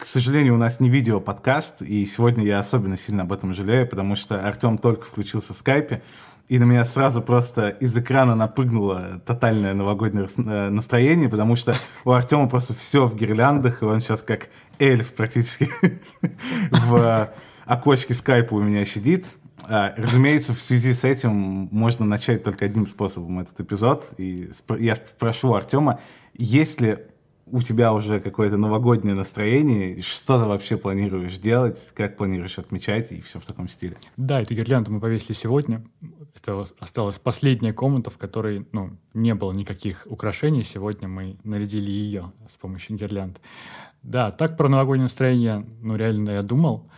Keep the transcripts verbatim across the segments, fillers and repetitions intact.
сожалению, у нас не видео-подкаст, и сегодня я особенно сильно об этом жалею, потому что Артем только включился в скайпе, и на меня сразу просто из экрана напрыгнуло тотальное новогоднее настроение, потому что у Артема просто все в гирляндах, и он сейчас как эльф практически в окошке скайпа у меня сидит. Разумеется, в связи с этим можно начать только одним способом этот эпизод. И я спрошу Артема, есть ли у тебя уже какое-то новогоднее настроение, что ты вообще планируешь делать, как планируешь отмечать и все в таком стиле? Да, эту гирлянду мы повесили сегодня. Это осталась последняя комната, в которой ну, не было никаких украшений. Сегодня мы нарядили ее с помощью гирлянд. Да, так про новогоднее настроение, ну реально я думал.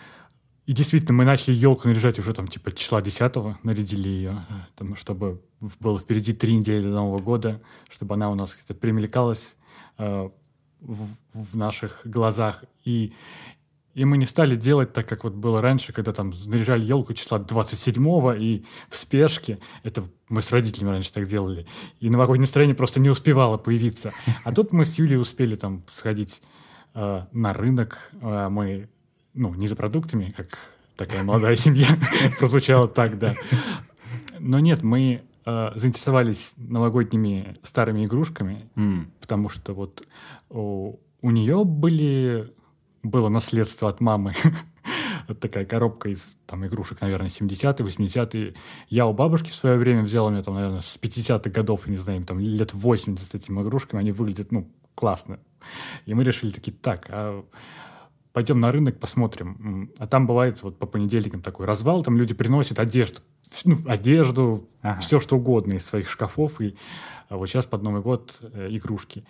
И действительно, мы начали елку наряжать уже там типа числа десятого, нарядили ее, там, чтобы было впереди три недели до Нового года, чтобы она у нас где-то примелькалась э, в, в наших глазах. И, и мы не стали делать так, как вот было раньше, когда там наряжали елку числа двадцать седьмого и в спешке. Это мы с родителями раньше так делали. И новогоднее настроение просто не успевало появиться. А тут мы с Юлей успели там сходить э, на рынок, э, мы... Ну, не за продуктами, как такая молодая семья, прозвучало так, да. Но нет, мы э, заинтересовались новогодними старыми игрушками, mm. потому что вот у, у нее были, было наследство от мамы. Вот такая коробка из там, игрушек, наверное, семидесятые, восьмидесятые. Я у бабушки в свое время взял у меня, там, наверное, с пятидесятых годов, я не знаю, там, лет восемьдесят этими игрушками, они выглядят, ну, классно. И мы решили такие, так, а... пойдем на рынок, посмотрим. А там бывает вот по понедельникам такой развал, там люди приносят одежду, ну, одежду, ага. все что угодно из своих шкафов, и вот сейчас под Новый год э, игрушки.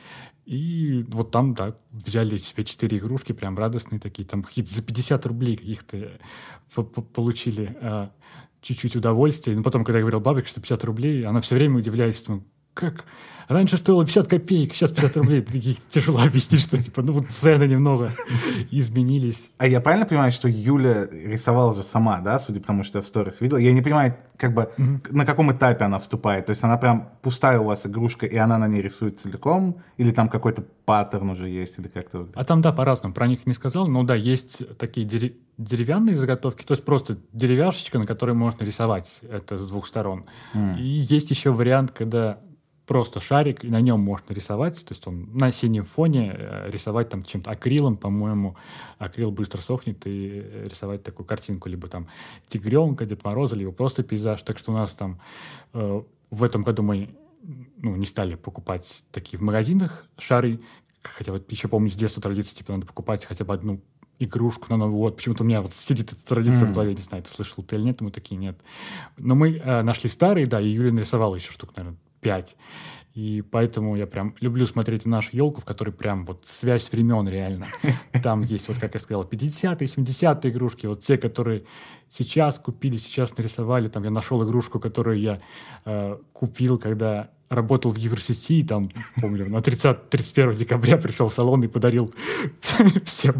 И вот там, да, взяли себе четыре игрушки, прям радостные такие, там какие-то за пятьдесят рублей каких-то получили э, чуть-чуть удовольствия. Но потом, когда я говорил бабушке, что пятьдесят рублей, она все время удивляется, ну, как... Раньше стоило пятьдесят копеек, сейчас пятьдесят рублей. Тяжело объяснить, что типа, ну, цены немного изменились. А я правильно понимаю, что Юля рисовала же сама, да, судя по тому, что я в сторис видел? Я не понимаю, как бы, mm-hmm. на каком этапе она вступает. То есть она прям пустая у вас игрушка, и она на ней рисует целиком? Или там какой-то паттерн уже есть? Или как-то... А там, да, по-разному. Про них не сказал, но да, есть такие дерев... деревянные заготовки, то есть просто деревяшечка, на которой можно рисовать это с двух сторон. Mm. И есть еще вариант, когда... просто шарик, и на нем можно рисовать, то есть он на синем фоне рисовать там чем-то акрилом, по-моему, акрил быстро сохнет, и рисовать такую картинку, либо там тигренка, Дед Мороза, либо просто пейзаж. Так что у нас там э, в этом году мы ну, не стали покупать такие в магазинах шары, хотя вот еще помню с детства традиция, типа надо покупать хотя бы одну игрушку на Новый год. Почему-то у меня вот сидит эта традиция mm. в голове, не знаю, ты слышал ты или нет, мы такие нет. Но мы э, нашли старые, да, и Юля нарисовала еще штук, наверное, пять. И поэтому я прям люблю смотреть нашу елку, в которой прям вот связь времен реально. Там есть, вот как я сказал, пятидесятые, семидесятые игрушки, вот те, которые сейчас купили, сейчас нарисовали. Там я нашел игрушку, которую я э, купил, когда работал в Евросети, там, помню, на тридцатое тридцать первое декабря пришел в салон и подарил всем,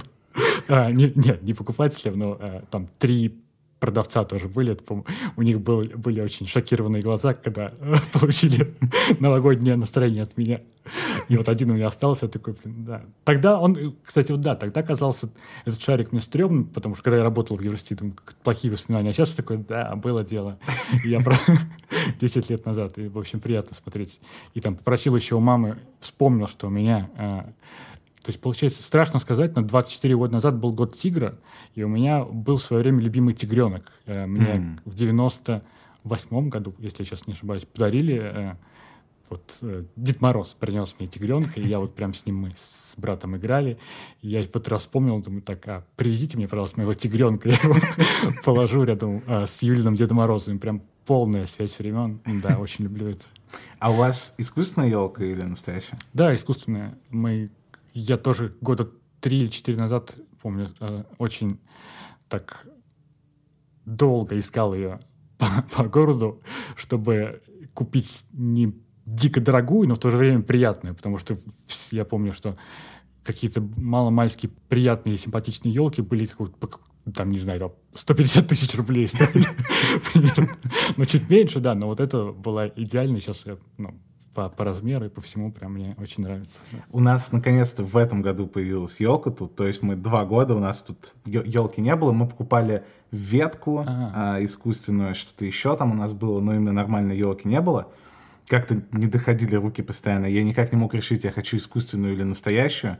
а, не, нет, не покупателям, но а, там три продавца тоже были, это, у них был, были очень шокированные глаза, когда получили новогоднее настроение от меня. И вот один у меня остался, я такой, блин, да. Тогда он, кстати, вот да, тогда казался этот шарик мне стрёмным, потому что когда я работал в Евросети, думаю, плохие воспоминания, а сейчас такой, да, было дело. И я про десять лет назад, и, в общем, приятно смотреть. И там попросил еще у мамы, вспомнил, что у меня... То есть, получается, страшно сказать, но двадцать четыре года назад был год тигра, и у меня был в свое время любимый тигренок. Мне mm. в девяносто восьмом году, если я сейчас не ошибаюсь, подарили... Вот Дед Мороз принес мне тигренка, и я вот прям с ним мы с братом играли. И я вот раз вспомнил, думаю, так, а привезите мне, пожалуйста, моего тигренка. Я его положу рядом а, с Юлиным Дедом Морозом. Прям полная связь времен. Да, очень люблю это. А у вас искусственная елка или настоящая? Да, искусственная. Мы... Я тоже года три или четыре назад, помню, очень так долго искал ее по, по городу, чтобы купить не дико дорогую, но в то же время приятную, потому что я помню, что какие-то маломальски приятные, симпатичные елки были какой-то, там, не знаю, там сто пятьдесят тысяч рублей стоили. Ну, чуть меньше, да, но вот это была идеальная. Сейчас я по, по размеру и по всему прям мне очень нравится. У нас наконец-то в этом году появилась елка тут, то есть мы два года, у нас тут елки не было, мы покупали ветку а, искусственную, что-то еще там у нас было, но именно нормальной елки не было. Как-то не доходили руки постоянно, я никак не мог решить, я хочу искусственную или настоящую.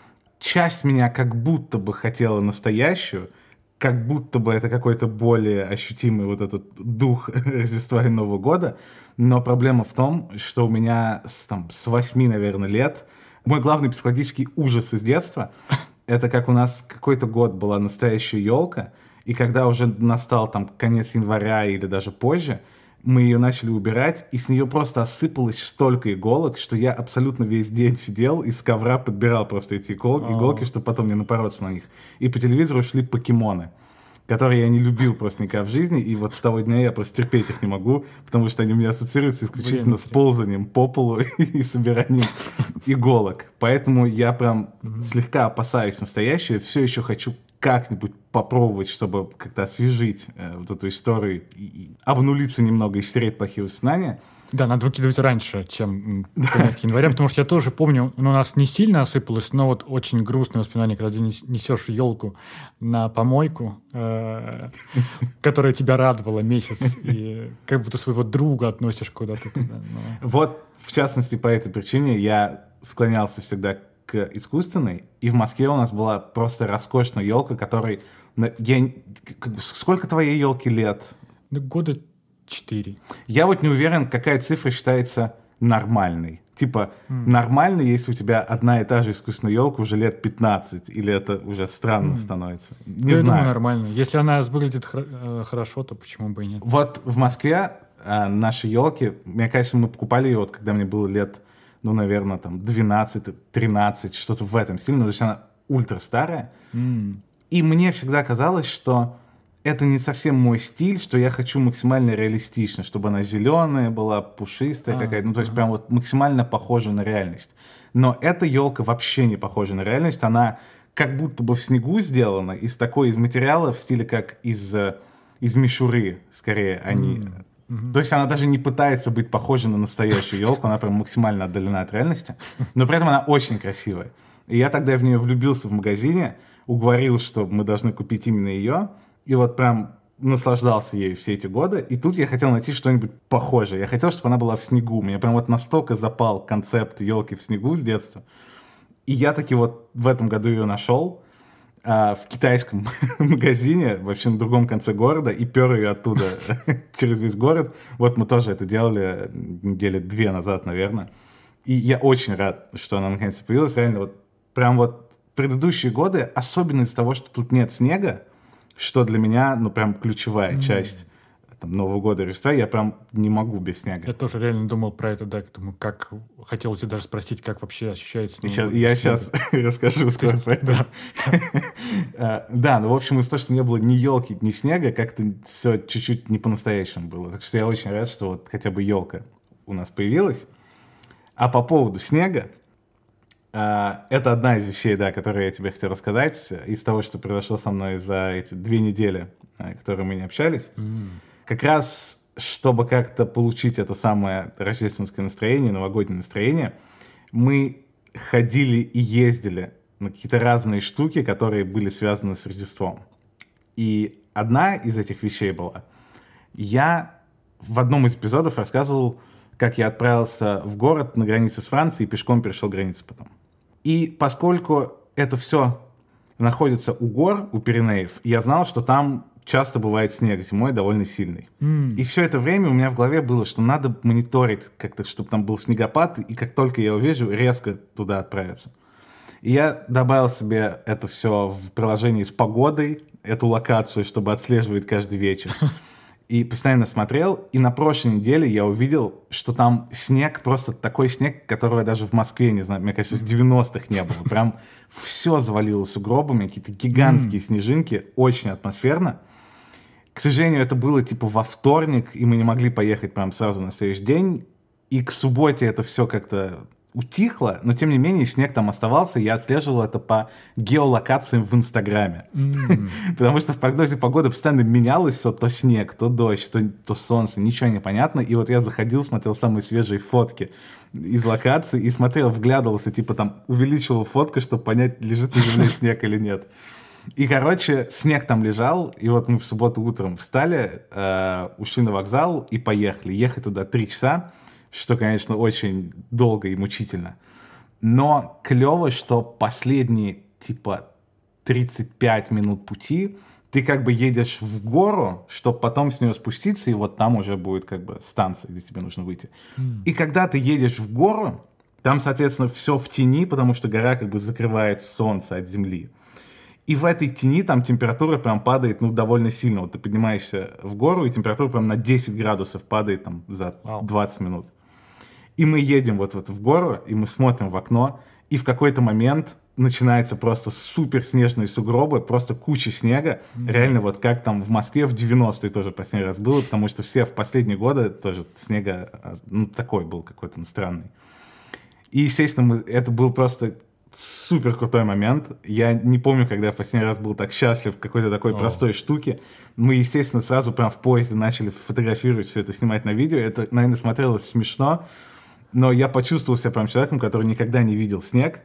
Часть меня как будто бы хотела настоящую, как будто бы это какой-то более ощутимый вот этот дух Рождества и Нового года, но проблема в том, что у меня с, там, с восьми, наверное, лет мой главный психологический ужас из детства — это как у нас какой-то год была настоящая елка, и когда уже настал там конец января или даже позже, мы ее начали убирать, и с нее просто осыпалось столько иголок, что я абсолютно весь день сидел и с ковра подбирал просто эти игол- иголки, чтобы потом не напороться на них. И по телевизору шли покемоны, которые я не любил просто никогда в жизни, и вот с того дня я просто терпеть их не могу, потому что они у меня ассоциируются исключительно Блин, с ползанием по полу и собиранием иголок. Поэтому я прям слегка опасаюсь настоящего, все еще хочу как-нибудь попробовать, чтобы как-то освежить э, вот эту историю, и, и обнулиться немного и стереть плохие воспоминания. Да, надо выкидывать раньше, чем конец января, потому что я тоже помню, ну, у нас не сильно осыпалось, но вот очень грустные воспоминания, когда ты несешь елку на помойку, э, которая тебя радовала месяц, и как будто своего друга относишь куда-то туда. Но... Вот, в частности, по этой причине я склонялся всегда к искусственной, и в Москве у нас была просто роскошная елка, которой... Я... Сколько твоей елки лет? Да года четыре. Я вот не уверен, какая цифра считается нормальной. Типа, mm. нормально, если у тебя одна и та же искусственная елка уже лет пятнадцать, или это уже странно mm. становится? Не Я знаю. думаю, нормально. Если она выглядит хр- хорошо, то почему бы и нет? Вот в Москве а, наши елки, мне кажется, мы покупали ее, вот, когда мне было лет... ну, наверное, там двенадцать-тринадцать, что-то в этом стиле, ну, то есть она ультра старая. Mm. И мне всегда казалось, что это не совсем мой стиль, что я хочу максимально реалистично, чтобы она зеленая была, пушистая а, какая-то, ну, то есть а. прям вот максимально похожа на реальность. Но эта елка вообще не похожа на реальность, она как будто бы в снегу сделана, из такой, из материала в стиле как из, из мишуры, скорее, они... Mm. Mm-hmm. То есть она даже не пытается быть похожа на настоящую елку, она прям максимально отдалена от реальности, но при этом она очень красивая. И я тогда в нее влюбился в магазине, уговорил, что мы должны купить именно ее, и вот прям наслаждался ею все эти годы. И тут я хотел найти что-нибудь похожее. Я хотел, чтобы она была в снегу. Меня прям вот настолько запал концепт елки в снегу с детства. И я таки вот в этом году ее нашел. В китайском магазине, вообще на другом конце города, и пер ее оттуда через весь город. Вот мы тоже это делали недели две назад, наверное. И я очень рад, что она наконец-то появилась. Реально, вот прям вот предыдущие годы, особенно из-за того, что тут нет снега, что для меня, ну, прям ключевая mm. часть там, Нового года, Рождества, я прям не могу без снега. Я тоже реально думал про это, да, думаю, как... Хотел у тебя даже спросить, как вообще ощущается... Ну, сейчас, я сейчас расскажу скоро про это. Да, ну, в общем, из-за того, что не было ни елки, ни снега, как-то все чуть-чуть не по-настоящему было. Так что я очень рад, что вот хотя бы елка у нас появилась. А по поводу снега, это одна из вещей, да, которые я тебе хотел рассказать, из того, что произошло со мной за эти две недели, которые мы не общались. Mm. Как раз, чтобы как-то получить это самое рождественское настроение, новогоднее настроение, мы ходили и ездили на какие-то разные штуки, которые были связаны с Рождеством. И одна из этих вещей была... Я в одном из эпизодов рассказывал, как я отправился в город на границе с Францией и пешком перешел границу потом. И поскольку это все находится у гор, у Пиренеев, я знал, что там часто бывает снег зимой довольно сильный. Mm. И все это время у меня в голове было, что надо мониторить как-то, чтобы там был снегопад, и как только я увижу, резко туда отправиться. И я добавил себе это все в приложении с погодой, эту локацию, чтобы отслеживать каждый вечер. И постоянно смотрел, и на прошлой неделе я увидел, что там снег, просто такой снег, которого даже в Москве, не знаю, мне кажется, с девяностых не было. Прям все завалило сугробами, какие-то гигантские mm. снежинки, очень атмосферно. К сожалению, это было типа во вторник, и мы не могли поехать прям сразу на следующий день. И к субботе это все как-то утихло, но тем не менее снег там оставался, и я отслеживал это по геолокациям в Инстаграме. Mm. Потому что в прогнозе погоды постоянно менялось все, то снег, то дождь, то, то солнце, ничего не понятно. И вот я заходил, смотрел самые свежие фотки из локаций и смотрел, вглядывался, типа там увеличивал фотку, чтобы понять, лежит на земле снег или нет. И, короче, снег там лежал, и вот мы в субботу утром встали, э, ушли на вокзал и поехали. Ехать туда три часа, что, конечно, очень долго и мучительно. Но клево, что последние, типа, тридцать пять минут пути ты как бы едешь в гору, чтобы потом с нее спуститься, и вот там уже будет как бы станция, где тебе нужно выйти. Mm. И когда ты едешь в гору, там, соответственно, все в тени, потому что гора как бы закрывает солнце от земли. И в этой тени там температура прям падает, ну, довольно сильно. Вот ты поднимаешься в гору, и температура прям на десять градусов падает там за двадцать минут. И мы едем вот, вот в гору, и мы смотрим в окно, и в какой-то момент начинается просто супер снежные сугробы, просто куча снега. Mm-hmm. Реально вот как там в Москве в девяностые тоже последний раз было, потому что все в последние годы тоже снега, ну, такой был какой-то странный. И, естественно, мы, это был просто супер крутой момент. Я не помню, когда я в последний раз был так счастлив в какой-то такой oh. простой штуке. Мы, естественно, сразу прям в поезде начали фотографировать все это, снимать на видео. Это, наверное, смотрелось смешно, но я почувствовал себя прям человеком, который никогда не видел снег,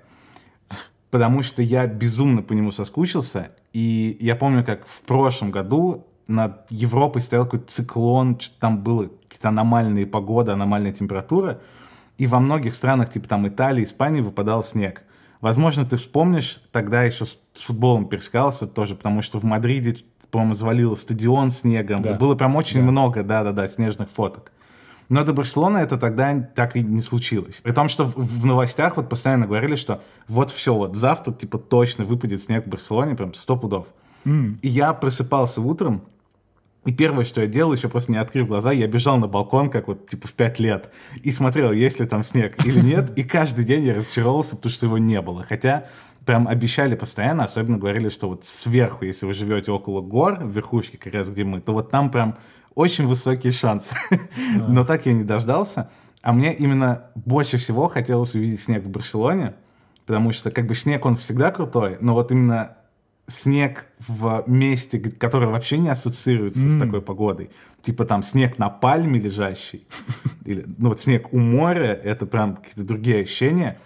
потому что я безумно по нему соскучился. И я помню, как в прошлом году над Европой стоял какой-то циклон, там было какие-то аномальные погоды, аномальная температура, и во многих странах, типа там Италии, Испании, выпадал снег. Возможно, ты вспомнишь, тогда еще с футболом пересекался тоже, потому что в Мадриде, по-моему, завалило стадион снегом. Да. Было прям очень да. много, да-да-да, снежных фоток. Но до Барселоны это тогда так и не случилось. При том, что в, в новостях вот постоянно говорили, что вот все, вот завтра типа точно выпадет снег в Барселоне, прям сто пудов. Mm. И я просыпался утром, и первое, что я делал, еще просто не открыв глаза, я бежал на балкон, как вот типа в пять лет, и смотрел, есть ли там снег или нет. И каждый день я разочаровался, потому что его не было. Хотя прям обещали постоянно, особенно говорили, что вот сверху, если вы живете около гор, в верхушке как раз где мы, то вот там прям очень высокие шансы. Yeah. Но так я не дождался. А мне именно больше всего хотелось увидеть снег в Барселоне, потому что как бы снег, он всегда крутой, но вот именно снег в месте, которое вообще не ассоциируется mm. с такой погодой. Типа там снег на пальме лежащий. Или, ну вот снег у моря, это прям какие-то другие ощущения.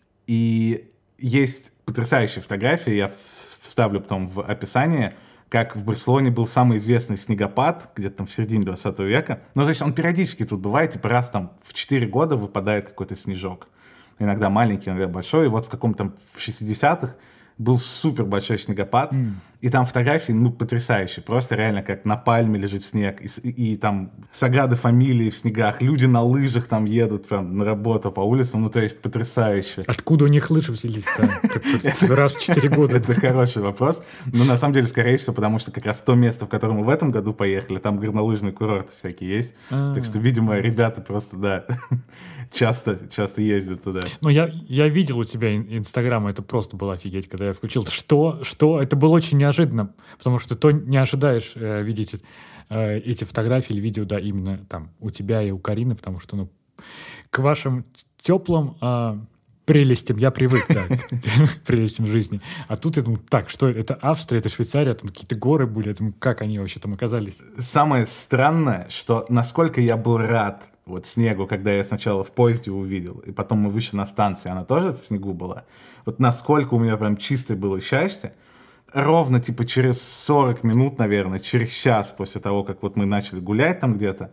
И есть потрясающая фотография, я вставлю потом в описание, как в Барселоне был самый известный снегопад, где-то там в середине двадцатого века. Ну, то есть он периодически тут бывает, типа раз там в четыре года выпадает какой-то снежок. Иногда маленький, иногда большой. И вот в каком-то там в шестидесятых был супер большой снегопад, mm. и там фотографии, ну, потрясающие. Просто реально как на пальме лежит снег, и, и, и там Саграда Фамилии в снегах, люди на лыжах там едут прям на работу по улицам, ну, то есть потрясающе. Откуда у них лыжи взялись-то? Раз в четыре года. Это хороший вопрос. Но на самом деле, скорее всего, потому что как раз то место, в которое мы в этом году поехали, там горнолыжные курорты всякие есть. Так что, видимо, ребята просто, да, часто, часто ездят туда. Ну, я, я видел у тебя Инстаграм, это просто было офигеть, когда я включил. Что? Что? Это было очень неожиданно, потому что ты не ожидаешь э, видеть э, эти фотографии или видео, да, именно там у тебя и у Карины, потому что, ну, к вашим теплым э, прелестям я привык, да, к прелестям жизни. А тут я думаю, так, что это? Это Австрия, это Швейцария, там какие-то горы были, я думаю, как они вообще там оказались? Самое странное, что насколько я был рад вот снегу, когда я сначала в поезде увидел, и потом мы вышли на станции, она тоже в снегу была. Вот насколько у меня прям чистое было счастье. Ровно типа через сорок минут, наверное, через час после того, как вот мы начали гулять там где-то,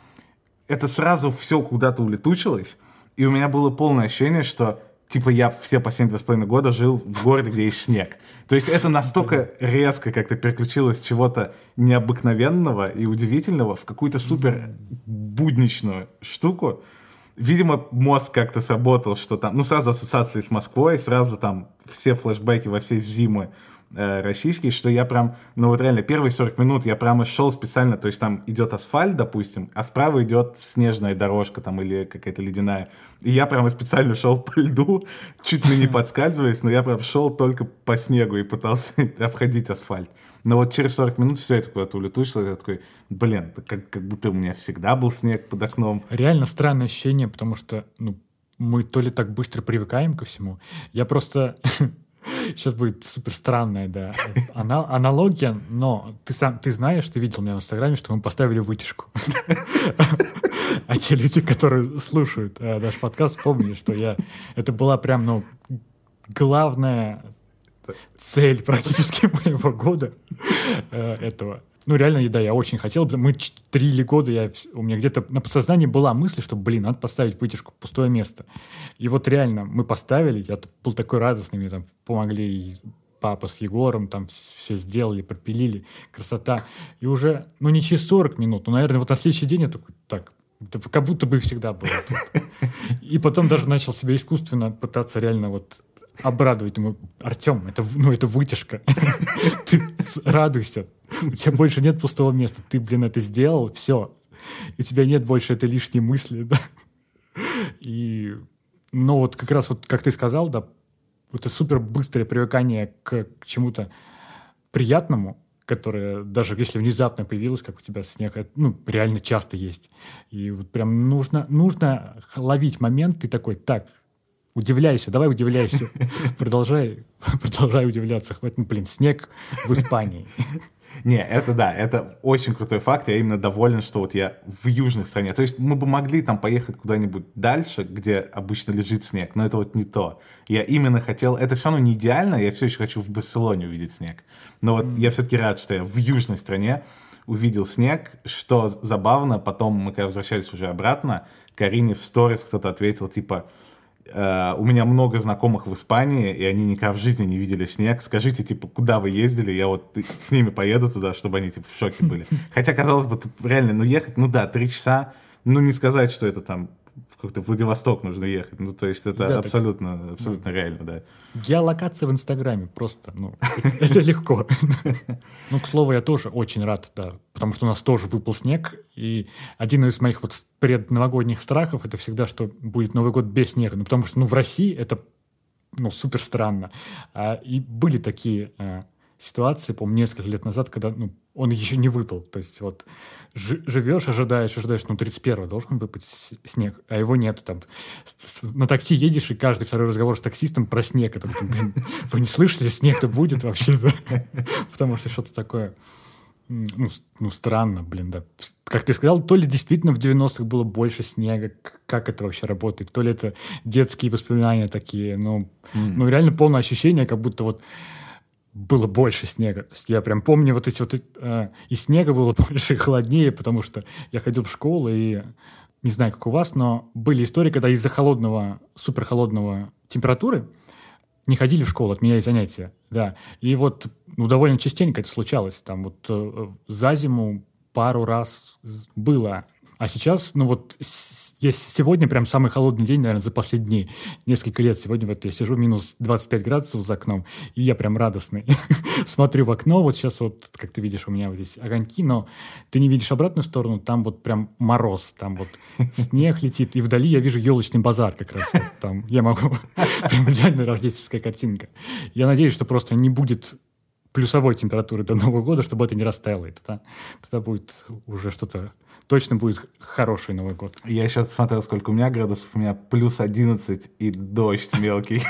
это сразу все куда-то улетучилось, и у меня было полное ощущение, что типа я все последние два с половиной года жил в городе, где есть снег. То есть это настолько резко как-то переключилось с чего-то необыкновенного и удивительного в какую-то супер будничную штуку. Видимо, мозг как-то сработал, что там, ну, сразу ассоциации с Москвой, сразу там все флешбеки во все зимы э, российские, что я прям, ну, вот реально, первые сорок минут я прямо шел специально, то есть там идет асфальт, допустим, а справа идет снежная дорожка там или какая-то ледяная, и я прямо специально шел по льду, чуть ли не подскальзываясь, но я прям шел только по снегу и пытался обходить асфальт. Но вот через сорок минут все это куда-то улетучилось. Я такой, блин, как, как будто у меня всегда был снег под окном. Реально странное ощущение, потому что, ну, мы то ли так быстро привыкаем ко всему. Я просто... Сейчас будет супер странная, да, ана- аналогия, но ты сам, ты знаешь, ты видел меня в Инстаграме, что мы поставили вытяжку. А те люди, которые слушают наш подкаст, помнят, что я... Это была прям, ну, главная цель практически моего года этого. Ну, реально, да, я очень хотел. Мы три года, я, у меня где-то на подсознании была мысль, что, блин, надо поставить вытяжку, пустое место. И вот реально мы поставили, я был такой радостный, мне там помогли и папа с Егором, там все сделали, пропилили, красота. И уже, ну, не через сорок минут, но, наверное, вот на следующий день я такой, так, это как будто бы всегда было. И потом даже начал себя искусственно пытаться реально вот обрадовать. Думаю, Артем, это, ну, это вытяжка. Ты радуйся. У тебя больше нет пустого места. Ты, блин, это сделал, все. У тебя нет больше этой лишней мысли. Да? И, ну, вот как раз, вот, как ты сказал, да, это супер быстрое привыкание к, к чему-то приятному, которое, даже если внезапно появилось, как у тебя снег, это, ну, реально часто есть. И вот прям нужно, нужно ловить момент, ты такой, так, удивляйся, давай удивляйся. Продолжай, продолжай удивляться. Хватит, ну, блин, снег в Испании. Не, это да, это очень крутой факт. Я именно доволен, что вот я в южной стране. То есть мы бы могли там поехать куда-нибудь дальше, где обычно лежит снег, но это вот не то. Я именно хотел... Это все равно не идеально, я все еще хочу в Барселоне увидеть снег. Но вот mm. я все-таки рад, что я в южной стране увидел снег. Что забавно, потом мы когда возвращались уже обратно, Карине в сторис кто-то ответил, типа... Uh, у меня много знакомых в Испании, и они никогда в жизни не видели снег. Скажите, типа, куда вы ездили? Я вот с ними поеду туда, чтобы они, типа, в шоке были. Хотя, казалось бы, тут реально, ну, ехать, ну да, три часа, ну, не сказать, что это там в какой-то Владивосток нужно ехать. Ну, то есть это да, абсолютно, так... абсолютно да. реально, да. Геолокация в Инстаграме просто, ну, это легко. Ну, к слову, я тоже очень рад, да, потому что у нас тоже выпал снег, и один из моих вот предновогодних страхов — это всегда, что будет Новый год без снега, ну, потому что, ну, в России это, ну, супер странно. А, и были такие а, ситуации, по-моему, несколько лет назад, когда, ну, он еще не выпал, то есть вот ж- живешь, ожидаешь, ожидаешь, ну, тридцать первого должен выпасть снег, а его нет, там, на такси едешь, и каждый второй разговор с таксистом про снег, это, блин, вы не слышали, снег-то будет вообще, да? Потому что что-то такое, ну, ну, странно, блин, да. Как ты сказал, то ли действительно в девяностых было больше снега, как это вообще работает, то ли это детские воспоминания такие, ну, mm. ну реально полное ощущение, как будто вот было больше снега. То есть я прям помню вот эти вот... Э, и снега было больше, и холоднее, потому что я ходил в школу, и не знаю, как у вас, но были истории, когда из-за холодного, суперхолодного температуры не ходили в школу, отменяли занятия. Да. И вот ну, довольно частенько это случалось. Там вот э, за зиму пару раз было. А сейчас, ну вот... Есть сегодня прям самый холодный день, наверное, за последние несколько лет. Сегодня вот я сижу, минус двадцать пять градусов за окном, и я прям радостный. Смотрю в окно, вот сейчас вот, как ты видишь, у меня вот здесь огоньки, но ты не видишь обратную сторону, там вот прям мороз, там вот снег летит, и вдали я вижу елочный базар как раз. Вот там я могу... Прям идеальная рождественская картинка. Я надеюсь, что просто не будет плюсовой температуры до Нового года, чтобы это не растаяло. И тогда, тогда будет уже что-то... Точно будет хороший Новый год. Я сейчас посмотрел, сколько у меня градусов. У меня плюс одиннадцать и дождь мелкий.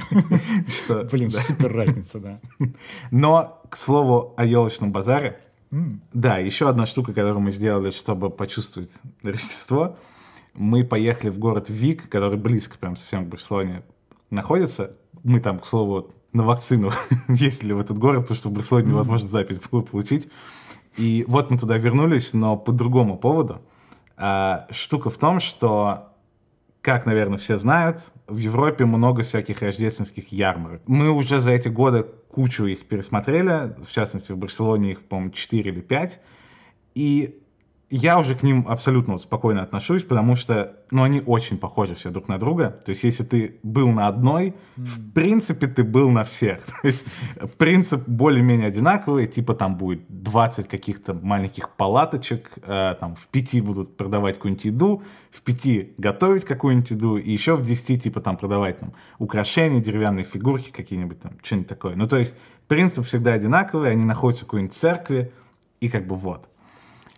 Блин, супер разница, да. Но, к слову о елочном базаре, да, еще одна штука, которую мы сделали, чтобы почувствовать Рождество. Мы поехали в город Вик, который близко прям совсем к Барселоне находится. Мы там, к слову, на вакцину ездили в этот город, потому что в Барселоне невозможно запись было получить. И вот мы туда вернулись, но по другому поводу. А, штука в том, что, как, наверное, все знают, в Европе много всяких рождественских ярмарок. Мы уже за эти годы кучу их пересмотрели, в частности, в Барселоне их, по-моему, четыре или пять. И я уже к ним абсолютно вот спокойно отношусь, потому что, ну, они очень похожи все друг на друга. То есть, если ты был на одной, mm. в принципе, ты был на всех. То есть, принцип более-менее одинаковый. Типа, там будет двадцать каких-то маленьких палаточек, э, там в пяти будут продавать какую-нибудь еду, в пяти готовить какую-нибудь еду, и еще в десяти, типа, там продавать там украшения, деревянные фигурки какие-нибудь там, что-нибудь такое. Ну, то есть, принцип всегда одинаковый, они находятся в какой-нибудь церкви, и как бы вот.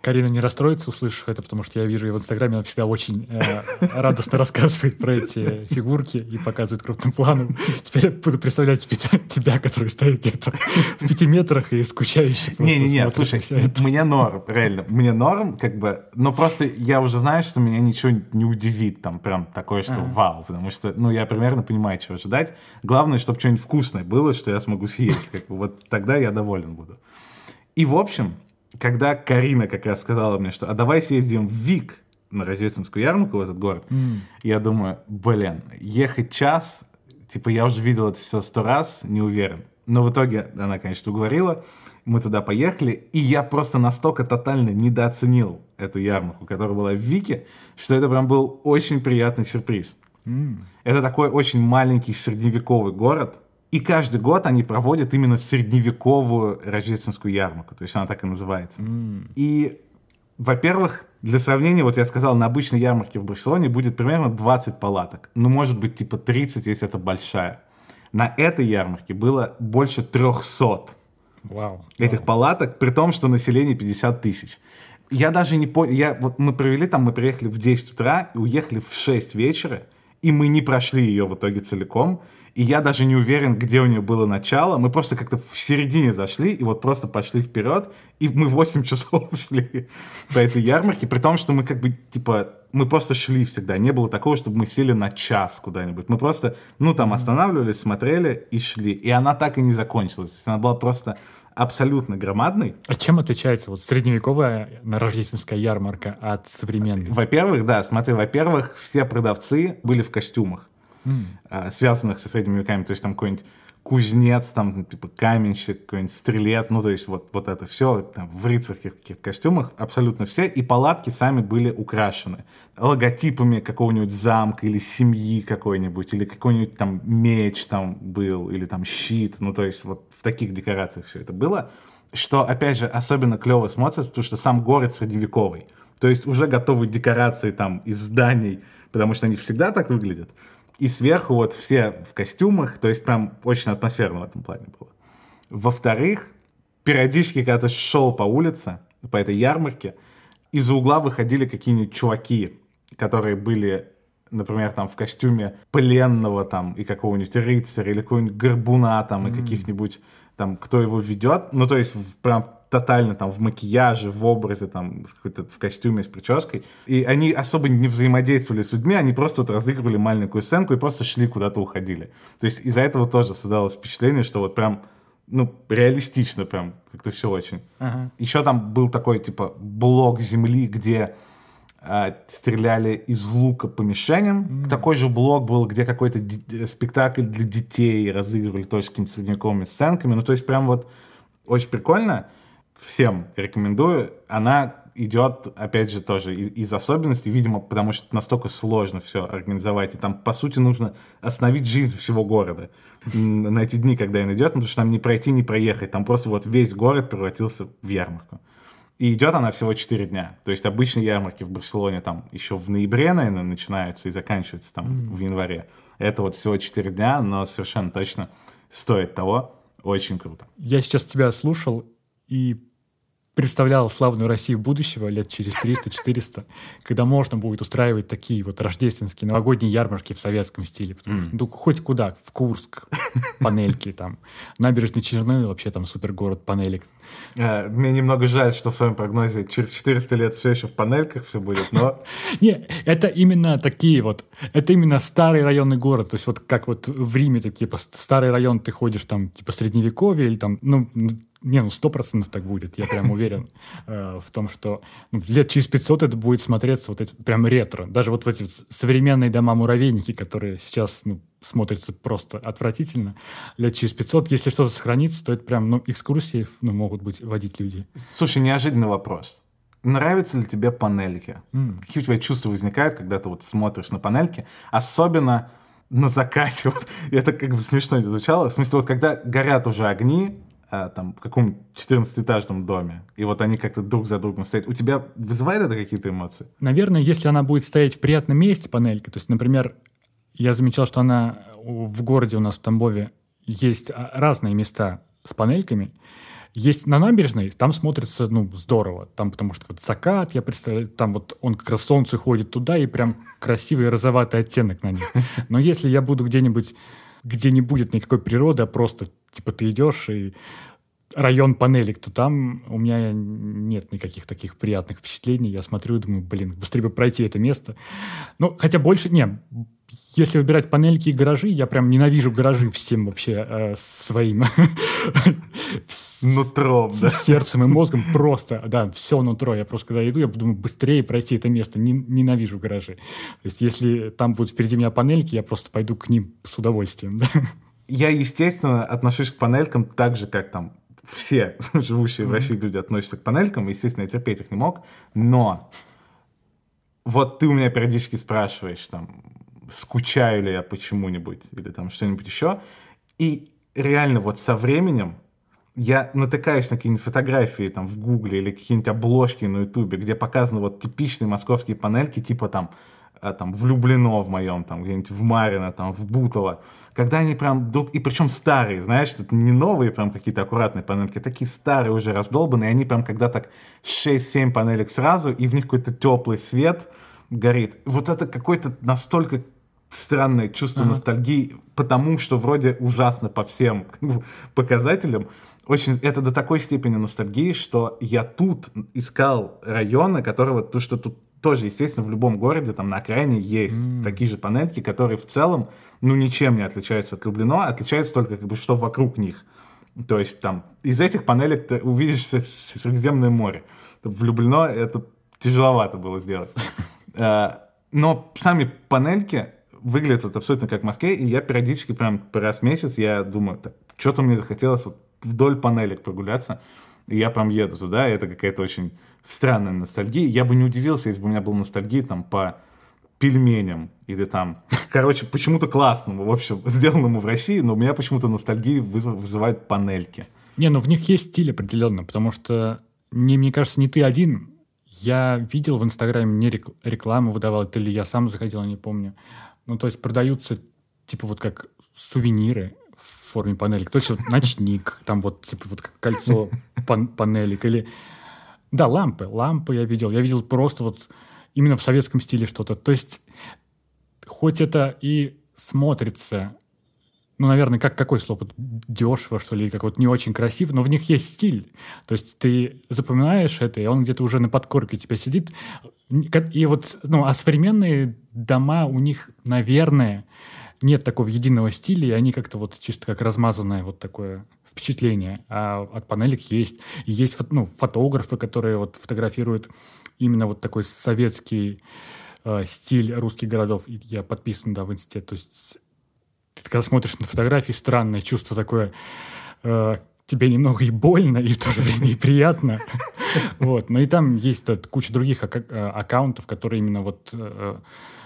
Карина не расстроится, услышав это, потому что я вижу ее в Инстаграме, она всегда очень э, радостно рассказывает про эти фигурки и показывает крупным планом. Теперь я буду представлять тебя, который стоит где-то в пяти метрах и скучающий просто Не-не-не, слушай, мне норм, реально, мне норм, как бы, но просто я уже знаю, что меня ничего не удивит, там, прям такое, что А-а-а. вау, потому что, ну, я примерно понимаю, чего ожидать. Главное, чтобы что-нибудь вкусное было, что я смогу съесть, как бы, вот тогда я доволен буду. И, в общем... Когда Карина как раз сказала мне, что а давай съездим в Вик на рождественскую ярмарку в этот город, mm. я думаю, блин, ехать час, типа я уже видел это все сто раз, не уверен. Но в итоге она, конечно, уговорила, мы туда поехали, и я просто настолько тотально недооценил эту ярмарку, которая была в Вике, что это прям был очень приятный сюрприз. Mm. Это такой очень маленький средневековый город, и каждый год они проводят именно средневековую рождественскую ярмарку. То есть она так и называется. Mm. И, во-первых, для сравнения, вот я сказал, на обычной ярмарке в Барселоне будет примерно двадцать палаток. Ну, может быть, типа тридцать, если это большая. На этой ярмарке было больше трехсот wow. этих wow. палаток, при том, что население пятьдесят тысяч. Я даже не понял... Я, вот мы провели там, мы приехали в десять утра и уехали в шесть вечера, и мы не прошли ее в итоге целиком. И я даже не уверен, где у нее было начало. Мы просто как-то в середине зашли и вот просто пошли вперед. И мы восемь часов шли по этой ярмарке. При том, что мы как бы, типа, мы просто шли всегда. Не было такого, чтобы мы сели на час куда-нибудь. Мы просто, ну, там останавливались, смотрели и шли. И она так и не закончилась. То есть она была просто абсолютно громадной. А чем отличается вот средневековая рождественская ярмарка от современной? Во-первых, да, смотри, во-первых, все продавцы были в костюмах. Mm. связанных со средними веками, то есть там какой-нибудь кузнец, там типа каменщик, какой-нибудь стрелец, ну то есть вот, вот это все там, в рыцарских каких-то костюмах, абсолютно все, и палатки сами были украшены логотипами какого-нибудь замка или семьи какой-нибудь, или какой-нибудь там меч там был, или там щит, ну то есть вот в таких декорациях все это было, что опять же особенно клево смотрится, потому что сам город средневековый, то есть уже готовые декорации там из зданий, потому что они всегда так выглядят. И сверху вот все в костюмах, то есть прям очень атмосферно в этом плане было. Во-вторых, периодически, когда ты шел по улице, по этой ярмарке, из-за угла выходили какие-нибудь чуваки, которые были, например, там в костюме пленного там и какого-нибудь рыцаря, или какого-нибудь горбуна там, mm. и каких-нибудь там, кто его ведет. Ну, то есть в, прям тотально там в макияже, в образе, там, в костюме, с прической. И они особо не взаимодействовали с людьми, они просто вот разыгрывали маленькую сценку и просто шли куда-то, уходили. То есть из-за этого тоже создалось впечатление, что вот прям, ну, реалистично прям, как-то все очень. Uh-huh. Еще там был такой, типа, блок земли, где э, стреляли из лука по мишеням. Mm. Такой же блок был, где какой-то ди- спектакль для детей разыгрывали тоже с какими-то средневековыми сценками. Ну, то есть прям вот очень прикольно. Всем рекомендую. Она идет, опять же, тоже из, из особенностей, видимо, потому что настолько сложно все организовать. И там, по сути, нужно остановить жизнь всего города на эти дни, когда он идет, потому что там не пройти, не проехать. Там просто вот весь город превратился в ярмарку. И идет она всего четыре дня. То есть обычные ярмарки в Барселоне там еще в ноябре, наверное, начинаются и заканчиваются там mm. в январе. Это вот всего четыре дня, но совершенно точно стоит того. Очень круто. Я сейчас тебя слушал и представлял славную Россию будущего лет через триста-четыреста, когда можно будет устраивать такие вот рождественские новогодние ярмарки в советском стиле. Потому что, ну, хоть куда, в Курск, панельки там, набережные Челны, вообще там супергород панелек. А, мне немного жаль, что в своем прогнозе через четыреста лет все еще в панельках все будет, но... Не, это именно такие вот, это именно старый районный город, то есть вот как вот в Риме, типа старый район, ты ходишь там, типа средневековье или там, ну, не, ну сто процентов так будет, я прям уверен э, в том, что ну, лет через пятьсот это будет смотреться вот эти, прям ретро. Даже вот в эти современные дома-муравейники, которые сейчас ну, смотрятся просто отвратительно, лет через пятьсот, если что-то сохранится, то это прям ну, экскурсии ну, могут быть водить люди. Слушай, неожиданный вопрос. Нравятся ли тебе панельки? Mm. Какие у тебя чувства возникают, когда ты вот смотришь на панельки? Особенно на закате. Вот, это как бы смешно не звучало. В смысле, вот когда горят уже огни, там, в каком-нибудь четырнадцатиэтажном доме, и вот они как-то друг за другом стоят. У тебя вызывает это какие-то эмоции? Наверное, если она будет стоять в приятном месте, панелька, то есть, например, я замечал, что она в городе у нас в Тамбове есть разные места с панельками, Есть на набережной, там смотрится, ну, здорово. Там, потому что вот закат, я представляю, там вот он как раз солнце ходит туда, и прям красивый розоватый оттенок на них. Но если я буду где-нибудь, где не будет никакой природы, а просто, типа, ты идешь и район панелек, то там у меня нет никаких таких приятных впечатлений. Я смотрю и думаю, блин, быстрее бы пройти это место. Ну, хотя больше... Не, если выбирать панельки и гаражи, я прям ненавижу гаражи всем вообще э, своим нутром, да? Сердцем и мозгом просто, да, все нутро. Я просто, когда иду, я думаю, быстрее пройти это место. Ненавижу гаражи. То есть, если там будут впереди меня панельки, я просто пойду к ним с удовольствием. Да? Я, естественно, отношусь к панелькам так же, как там все живущие mm-hmm. в России люди относятся к панелькам. Естественно, я терпеть их не мог. Но вот ты у меня периодически спрашиваешь, там, скучаю ли я почему-нибудь или там что-нибудь еще. И реально вот со временем я натыкаюсь на какие-нибудь фотографии там в Гугле или какие-нибудь обложки на Ютубе, где показаны вот типичные московские панельки, типа там, там влюблено в моем, там где-нибудь в Марьино, там в Бутово. Когда они прям друг... И причем старые, знаешь, это не новые прям какие-то аккуратные панельки, а такие старые уже раздолбанные, и они прям когда так шесть-семь панелек сразу, и в них какой-то теплый свет горит. Вот это какое-то настолько странное чувство ага. ностальгии, потому что вроде ужасно по всем показателям. Очень, это до такой степени ностальгии, что я тут искал районы, которого, то, что тут тоже, естественно, в любом городе, там на окраине есть mm. такие же панельки, которые в целом, ну, ничем не отличаются от Люблино, отличаются только, как бы, что вокруг них. То есть, там, из этих панелек ты увидишь Средиземное море. В Люблино это тяжеловато было сделать. Но сами панельки выглядят вот абсолютно как в Москве, и я периодически, прям раз в месяц, я думаю, так, что-то мне захотелось вот вдоль панелек прогуляться, и я прям еду туда, и это какая-то очень странная ностальгия. Я бы не удивился, если бы у меня была ностальгия там по пельменям или там, короче, почему-то классному, в общем, сделанному в России, но у меня почему-то ностальгии вызывают панельки. Не, ну в них есть стиль определенно, потому что, не, мне кажется, не ты один. Я видел в Инстаграме, мне рекламу выдавал, или я сам заходил, я не помню. Ну, то есть продаются, типа, вот как сувениры в форме панелек. То есть вот ночник, там вот, типа, вот как кольцо пан- панелек. Или, да, лампы. Лампы я видел. Я видел просто вот именно в советском стиле что-то. То есть хоть это и смотрится, ну, наверное, как какое слово? Дешево, что ли, как вот не очень красиво, но в них есть стиль. То есть ты запоминаешь это, и он где-то уже на подкорке у тебя сидит. И вот, ну, а современные дома, у них, наверное, нет такого единого стиля, и они как-то вот чисто как размазанное вот такое впечатление. А от панелек есть. И есть, ну, фотографы, которые вот фотографируют именно вот такой советский э, стиль русских городов. И я подписан, да, в инсте. То есть ты когда смотришь на фотографии, странное чувство такое, э, тебе немного и больно, и в то же время и приятно. Вот. Но и там есть куча других аккаунтов, которые именно вот э,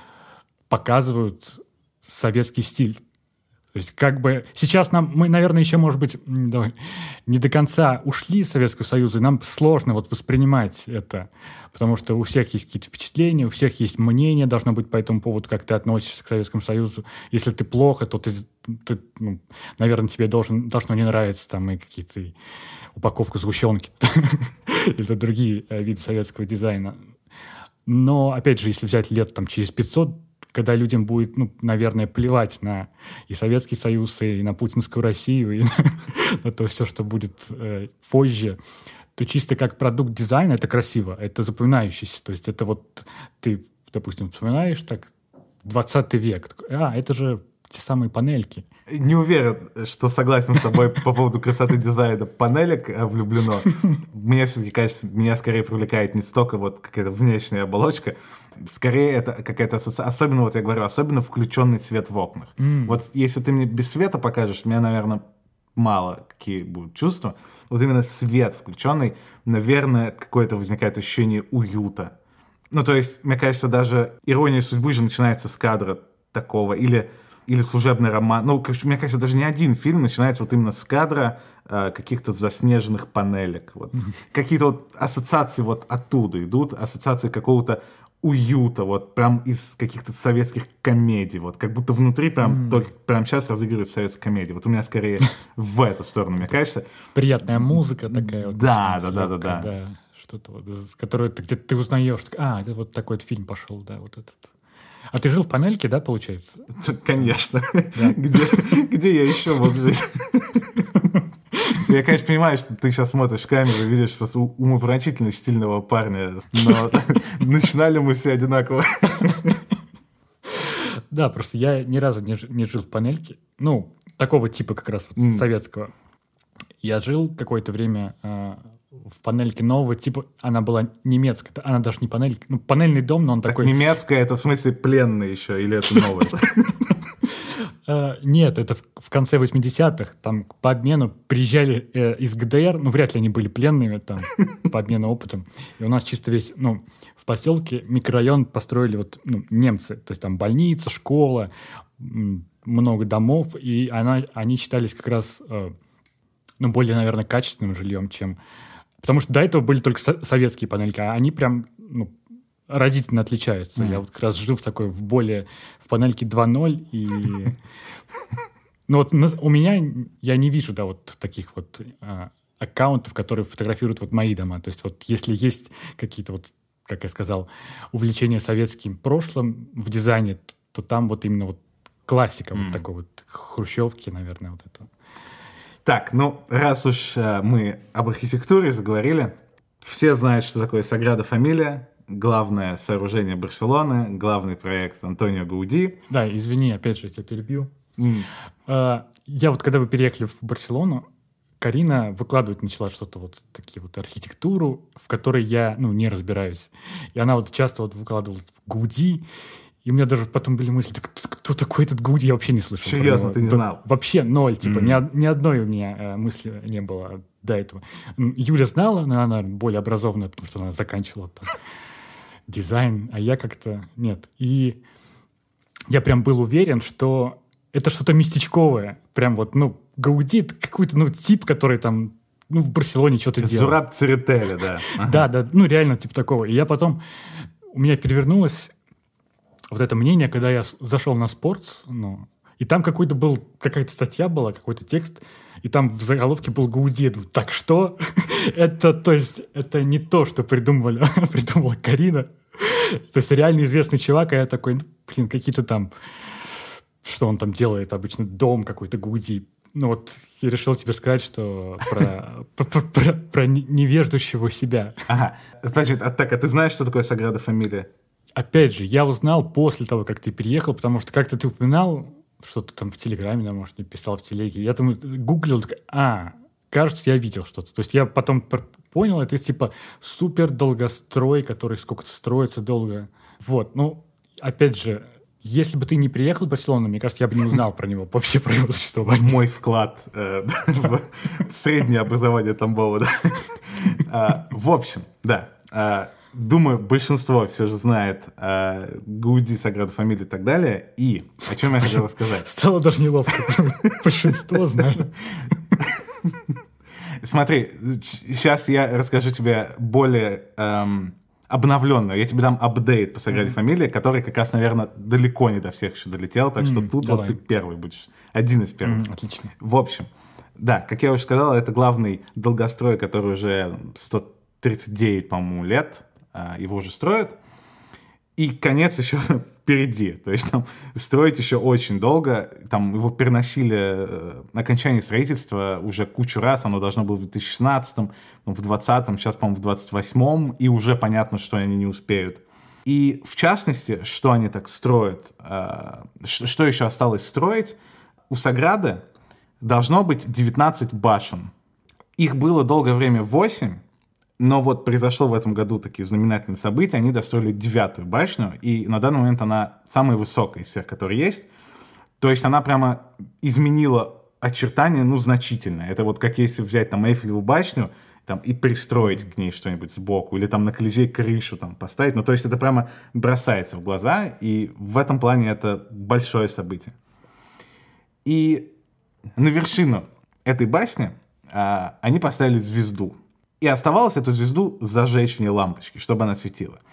показывают советский стиль. То есть как бы сейчас нам, мы, наверное, еще, может быть, давай, не до конца ушли из Советского Союза, и нам сложно вот воспринимать это, потому что у всех есть какие-то впечатления, у всех есть мнение, должно быть по этому поводу, как ты относишься к Советскому Союзу. Если ты плохо, то ты, ты ну, наверное, тебе должен, должно не нравиться там и какие-то упаковка сгущенки или другие виды советского дизайна. Но, опять же, если взять лет там через пятьсот, когда людям будет, ну, наверное, плевать на и Советский Союз, и на путинскую Россию, и на, на то все, что будет э, позже, то чисто как продукт дизайна это красиво, это запоминающееся. То есть это вот ты, допустим, вспоминаешь так двадцатый век, а, это же те самые панельки. Не уверен, что согласен с тобой по поводу красоты дизайна панелек влюблено. Мне все-таки кажется, меня скорее привлекает не столько вот какая-то внешняя оболочка, скорее это какая-то ассоциация, особенно, вот я говорю, особенно включенный свет в окнах. Mm. Вот если ты мне без света покажешь, у меня, наверное, мало какие будут чувства. Вот именно свет включенный, наверное, какое-то возникает ощущение уюта. Ну, то есть, мне кажется, даже «Ирония судьбы» же начинается с кадра такого, или... или служебный роман. Ну, мне кажется, даже не один фильм начинается вот именно с кадра э, каких-то заснеженных панелек. Вот. Mm-hmm. Какие-то вот ассоциации вот оттуда идут, ассоциации какого-то уюта, вот прям из каких-то советских комедий, вот как будто внутри прям mm. только прям сейчас разыгрывают советские комедии. Вот у меня скорее в эту сторону, мне кажется. Приятная музыка такая. Вот, да, да, да, да, да, да. Что-то вот, которое ты где-то ты узнаешь, а, это вот такой вот фильм пошел, да, вот этот. А ты жил в панельке, да, получается? Конечно. Да. Где, где я еще мог жить? Я, конечно, понимаю, что ты сейчас смотришь в камеру и видишь просто умопомрачительно стильного парня, но начинали мы все одинаково. Да, просто я ни разу не, не жил в панельке. Ну, такого типа как раз вот mm. советского. Я жил какое-то время э, в панельке нового типа. Она была немецкая. Она даже не панелька. Ну, панельный дом, но он так такой... немецкая, это в смысле пленный еще? Или это новое? Нет, это в конце восьмидесятых. Там по обмену приезжали э, из ГДР. Ну, вряд ли они были пленными там по обмену опытом. И у нас чисто весь... Ну, в поселке микрорайон построили вот ну, немцы. То есть там больница, школа, много домов. И она, они считались как раз... Э, ну, более, наверное, качественным жильем, чем... Потому что до этого были только со- советские панельки, а они прям, ну, разительно отличаются. Mm. Я вот как раз жил в такой, в более... В панельке два ноль, и... Ну, вот у меня... Я не вижу, да, вот таких вот а, аккаунтов, которые фотографируют вот мои дома. То есть вот если есть какие-то вот, как я сказал, увлечения советским прошлым в дизайне, то, то там вот именно вот классика mm. вот такой вот хрущевки, наверное, вот это. Так, ну, раз уж э, мы об архитектуре заговорили, все знают, что такое Саграда Фамилия, главное сооружение Барселоны, главный проект Антонио Гауди. Да, извини, опять же, я тебя перебью. Mm. Uh, я вот, когда вы переехали в Барселону, Карина выкладывать начала что-то вот, такие вот архитектуру, в которой я, ну, не разбираюсь. И она вот часто вот выкладывала Гауди. И у меня даже потом были мысли, кто, кто такой этот Гауди, я вообще не слышал. Серьезно, ты не знал? Вообще ноль, типа, mm-hmm. ни, ни одной у меня э, мысли не было до этого. Юля знала, но она более образованная, потому что она заканчивала там дизайн, а я как-то нет. И я прям был уверен, что это что-то местечковое. Прям вот, ну, Гауди — это какой-то, ну, тип, который там, ну, в Барселоне что-то делал. Зураб Церетели, да. Да, да, ну, реально типа такого. И я потом, у меня перевернулось вот это мнение, когда я зашел на Sports, ну, и там какой-то был, какая-то статья была, какой-то текст, и там в заголовке был Гауди. Так что? это, то есть, это не то, что придумывали, придумала Карина. То есть, реально известный чувак, а я такой, ну, блин, какие-то там, что он там делает обычно, дом какой-то Гауди. Ну, вот я решил тебе сказать, что про, про, про, про невеждущего себя. Ага, значит, а так, а ты знаешь, что такое Саграда Фамилия? Опять же, я узнал после того, как ты переехал, потому что как-то ты упоминал, что-то там в Телеграме, да, может, не писал в Телеге. Я там гуглил, так, а, кажется, я видел что-то. То есть я потом понял, это типа супер долгострой, который сколько-то строится долго. Вот, ну, опять же, если бы ты не приехал в Барселону, мне кажется, я бы не узнал про него, вообще про его существование. Мой вклад в среднее образование Тамбова, да. В общем, да. Думаю, большинство все же знает э, Гауди, Саграду Фамилию и так далее. И о чем я хотел рассказать? Стало даже неловко. Большинство знает. Смотри, сейчас я расскажу тебе более эм, обновленную. Я тебе дам апдейт по Саграде Фамилии, который как раз, наверное, далеко не до всех еще долетел. Так что тут вот ты первый будешь. Один из первых. Отлично. В общем, да, как я уже сказал, это главный долгострой, который уже сто тридцать девять, по-моему, лет. Его уже строят, и конец еще впереди. То есть там строить еще очень долго. Там его переносили э, на окончание строительства уже кучу раз. Оно должно было в две тысячи шестнадцатом, в двадцатом, сейчас, по-моему, в двадцать восьмом, и уже понятно, что они не успеют. И в частности, что они так строят, э, что еще осталось строить, у Саграды должно быть девятнадцать башен. Их было долгое время восемь, но вот произошло в этом году такие знаменательные события. Они достроили девятую башню, и на данный момент она самая высокая из всех, которые есть. То есть она прямо изменила очертания, ну, значительно. Это вот как если взять там Эйфелеву башню там, и пристроить к ней что-нибудь сбоку, или там на Колизей крышу там поставить. Ну, то есть это прямо бросается в глаза, и в этом плане это большое событие. И на вершину этой башни а, они поставили звезду. И оставалось эту звезду зажечь в ней лампочки, чтобы она светила.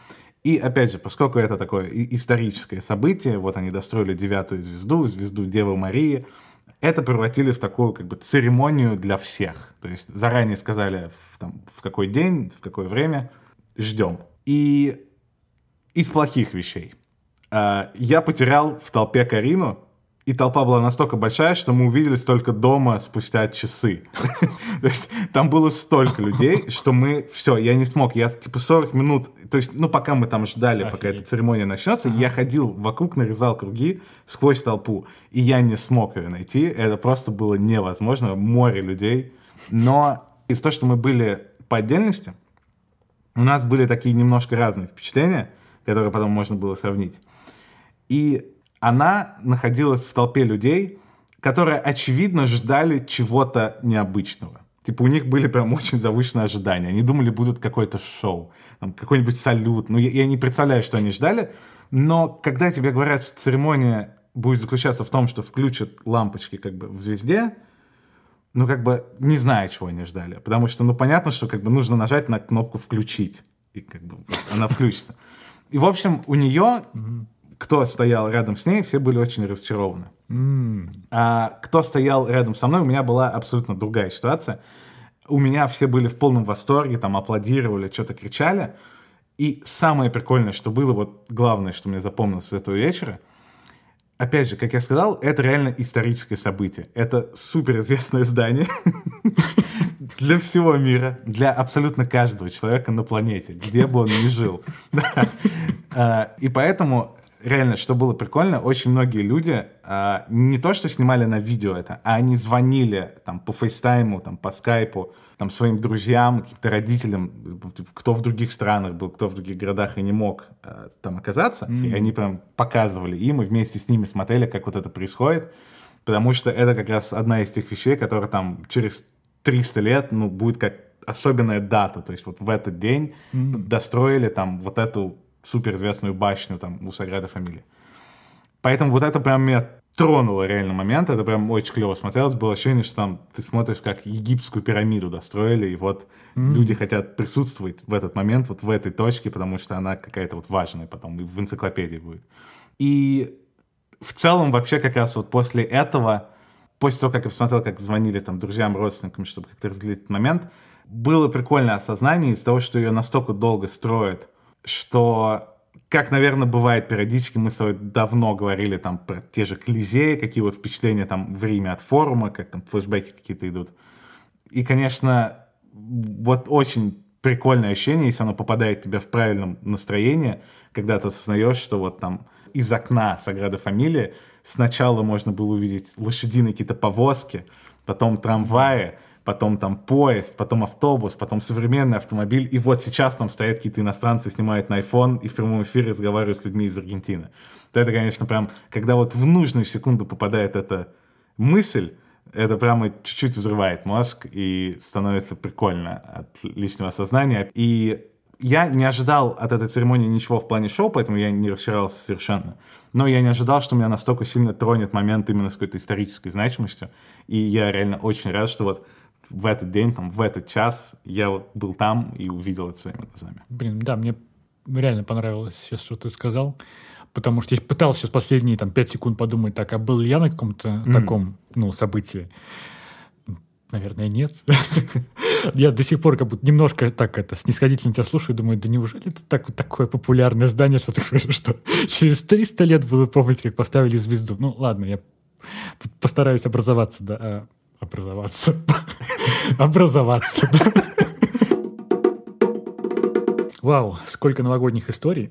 И, опять же, поскольку это такое историческое событие, вот они достроили девятую звезду, звезду Девы Марии, это превратили в такую как бы церемонию для всех. То есть заранее сказали, в, там, в какой день, в какое время, ждем. И из плохих вещей. Я потерял в толпе Карину, и толпа была настолько большая, что мы увиделись только дома спустя часы. То есть там было столько людей, что мы... Все, я не смог. Я типа сорок минут... То есть, ну, пока мы там ждали, пока эта церемония начнется, я ходил вокруг, нарезал круги сквозь толпу. И я не смог ее найти. Это просто было невозможно. Море людей. Но из-за того, что мы были по отдельности, у нас были такие немножко разные впечатления, которые потом можно было сравнить. И она находилась в толпе людей, которые, очевидно, ждали чего-то необычного. Типа у них были прям очень завышенные ожидания. Они думали, будет какое-то шоу, там, какой-нибудь салют. Ну, я, я не представляю, что они ждали. Но когда тебе говорят, что церемония будет заключаться в том, что включат лампочки как бы в звезде, ну, как бы не знаю, чего они ждали. Потому что, ну, понятно, что как бы нужно нажать на кнопку «включить», и как бы она включится. И, в общем, у нее... Кто стоял рядом с ней, все были очень разочарованы. Mm. А кто стоял рядом со мной, у меня была абсолютно другая ситуация. У меня все были в полном восторге, там аплодировали, что-то кричали. И самое прикольное, что было, вот главное, что мне запомнилось с этого вечера, опять же, как я сказал, это реально историческое событие. Это суперизвестное здание для всего мира, для абсолютно каждого человека на планете, где бы он ни жил. И поэтому... Реально, что было прикольно, очень многие люди а, не то что снимали на видео это, а они звонили там, по фейстайму, там, по скайпу там, своим друзьям, каким-то родителям, кто в других странах был, кто в других городах и не мог а, там оказаться. Mm-hmm. И они прям показывали им, и вместе с ними смотрели, как вот это происходит. Потому что это как раз одна из тех вещей, которая там через триста лет ну, будет как особенная дата. То есть вот в этот день mm-hmm. достроили там вот эту суперизвестную башню там у Саграда Фамилия. Поэтому вот это прям меня тронуло реально момент, это прям очень клево смотрелось, было ощущение, что там ты смотришь, как египетскую пирамиду достроили, и вот mm-hmm. люди хотят присутствовать в этот момент, вот в этой точке, потому что она какая-то вот важная потом, и в энциклопедии будет. И в целом вообще как раз вот после этого, после того, как я посмотрел, как звонили там друзьям, родственникам, чтобы как-то разделить этот момент, было прикольное осознание из того, что ее настолько долго строят, что, как, наверное, бывает периодически, мы с тобой давно говорили там про те же Колизеи, какие вот впечатления там в Риме от форума, как там флешбеки какие-то идут. И, конечно, вот очень прикольное ощущение, если оно попадает тебе в правильном настроение, когда ты осознаешь, что вот там из окна Саграда Фамилия сначала можно было увидеть лошадиные какие-то повозки, потом трамваи, потом там поезд, потом автобус, потом современный автомобиль, и вот сейчас там стоят какие-то иностранцы, снимают на iPhone и в прямом эфире разговаривают с людьми из Аргентины. То это, конечно, прям, когда вот в нужную секунду попадает эта мысль, это прямо чуть-чуть взрывает мозг и становится прикольно от личного осознания. И я не ожидал от этой церемонии ничего в плане шоу, поэтому я не расчаровался совершенно. Но я не ожидал, что меня настолько сильно тронет момент именно с какой-то исторической значимостью. И я реально очень рад, что вот в этот день, там, в этот час я вот был там и увидел это своими глазами. Блин, да, мне реально понравилось сейчас, что ты сказал, потому что я пытался сейчас последние там, пять секунд подумать, так, а был ли я на каком-то mm. таком ну, событии? Наверное, нет. Я до сих пор как будто немножко так это снисходительно тебя слушаю и думаю, да неужели это так, такое популярное здание, что ты говоришь, что через триста лет будут помнить, как поставили звезду. Ну, ладно, я постараюсь образоваться, да, образоваться. Образоваться. Вау, сколько новогодних историй.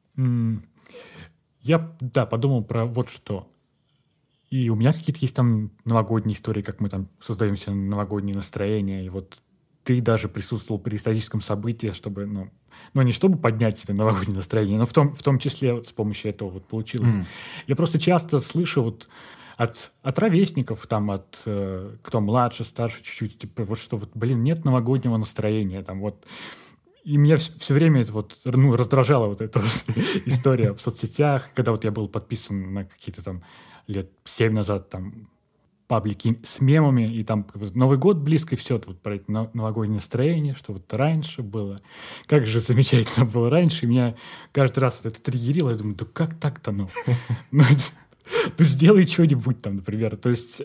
Я, да, подумал про вот что. И у меня какие-то есть там новогодние истории, как мы там создаем себе новогоднее настроение. И вот ты даже присутствовал при историческом событии, чтобы, ну, ну не чтобы поднять себе новогоднее настроение, но в том, в том числе вот с помощью этого вот получилось. Mm. Я просто часто слышу вот от, от ровесников, там, от э, кто младше, старше чуть-чуть, типа вот что вот, блин, нет новогоднего настроения, там вот. И меня все, все время это вот, ну, раздражала вот эта история в соцсетях, когда вот я был подписан на какие-то там лет семь назад там паблики с мемами, и там как бы Новый год близко, и все вот про это новогоднее настроение, что вот раньше было. Как же замечательно было раньше. И меня каждый раз вот это триггерило. Я думаю, да как так-то, ну? Ну, сделай что-нибудь там, например. То есть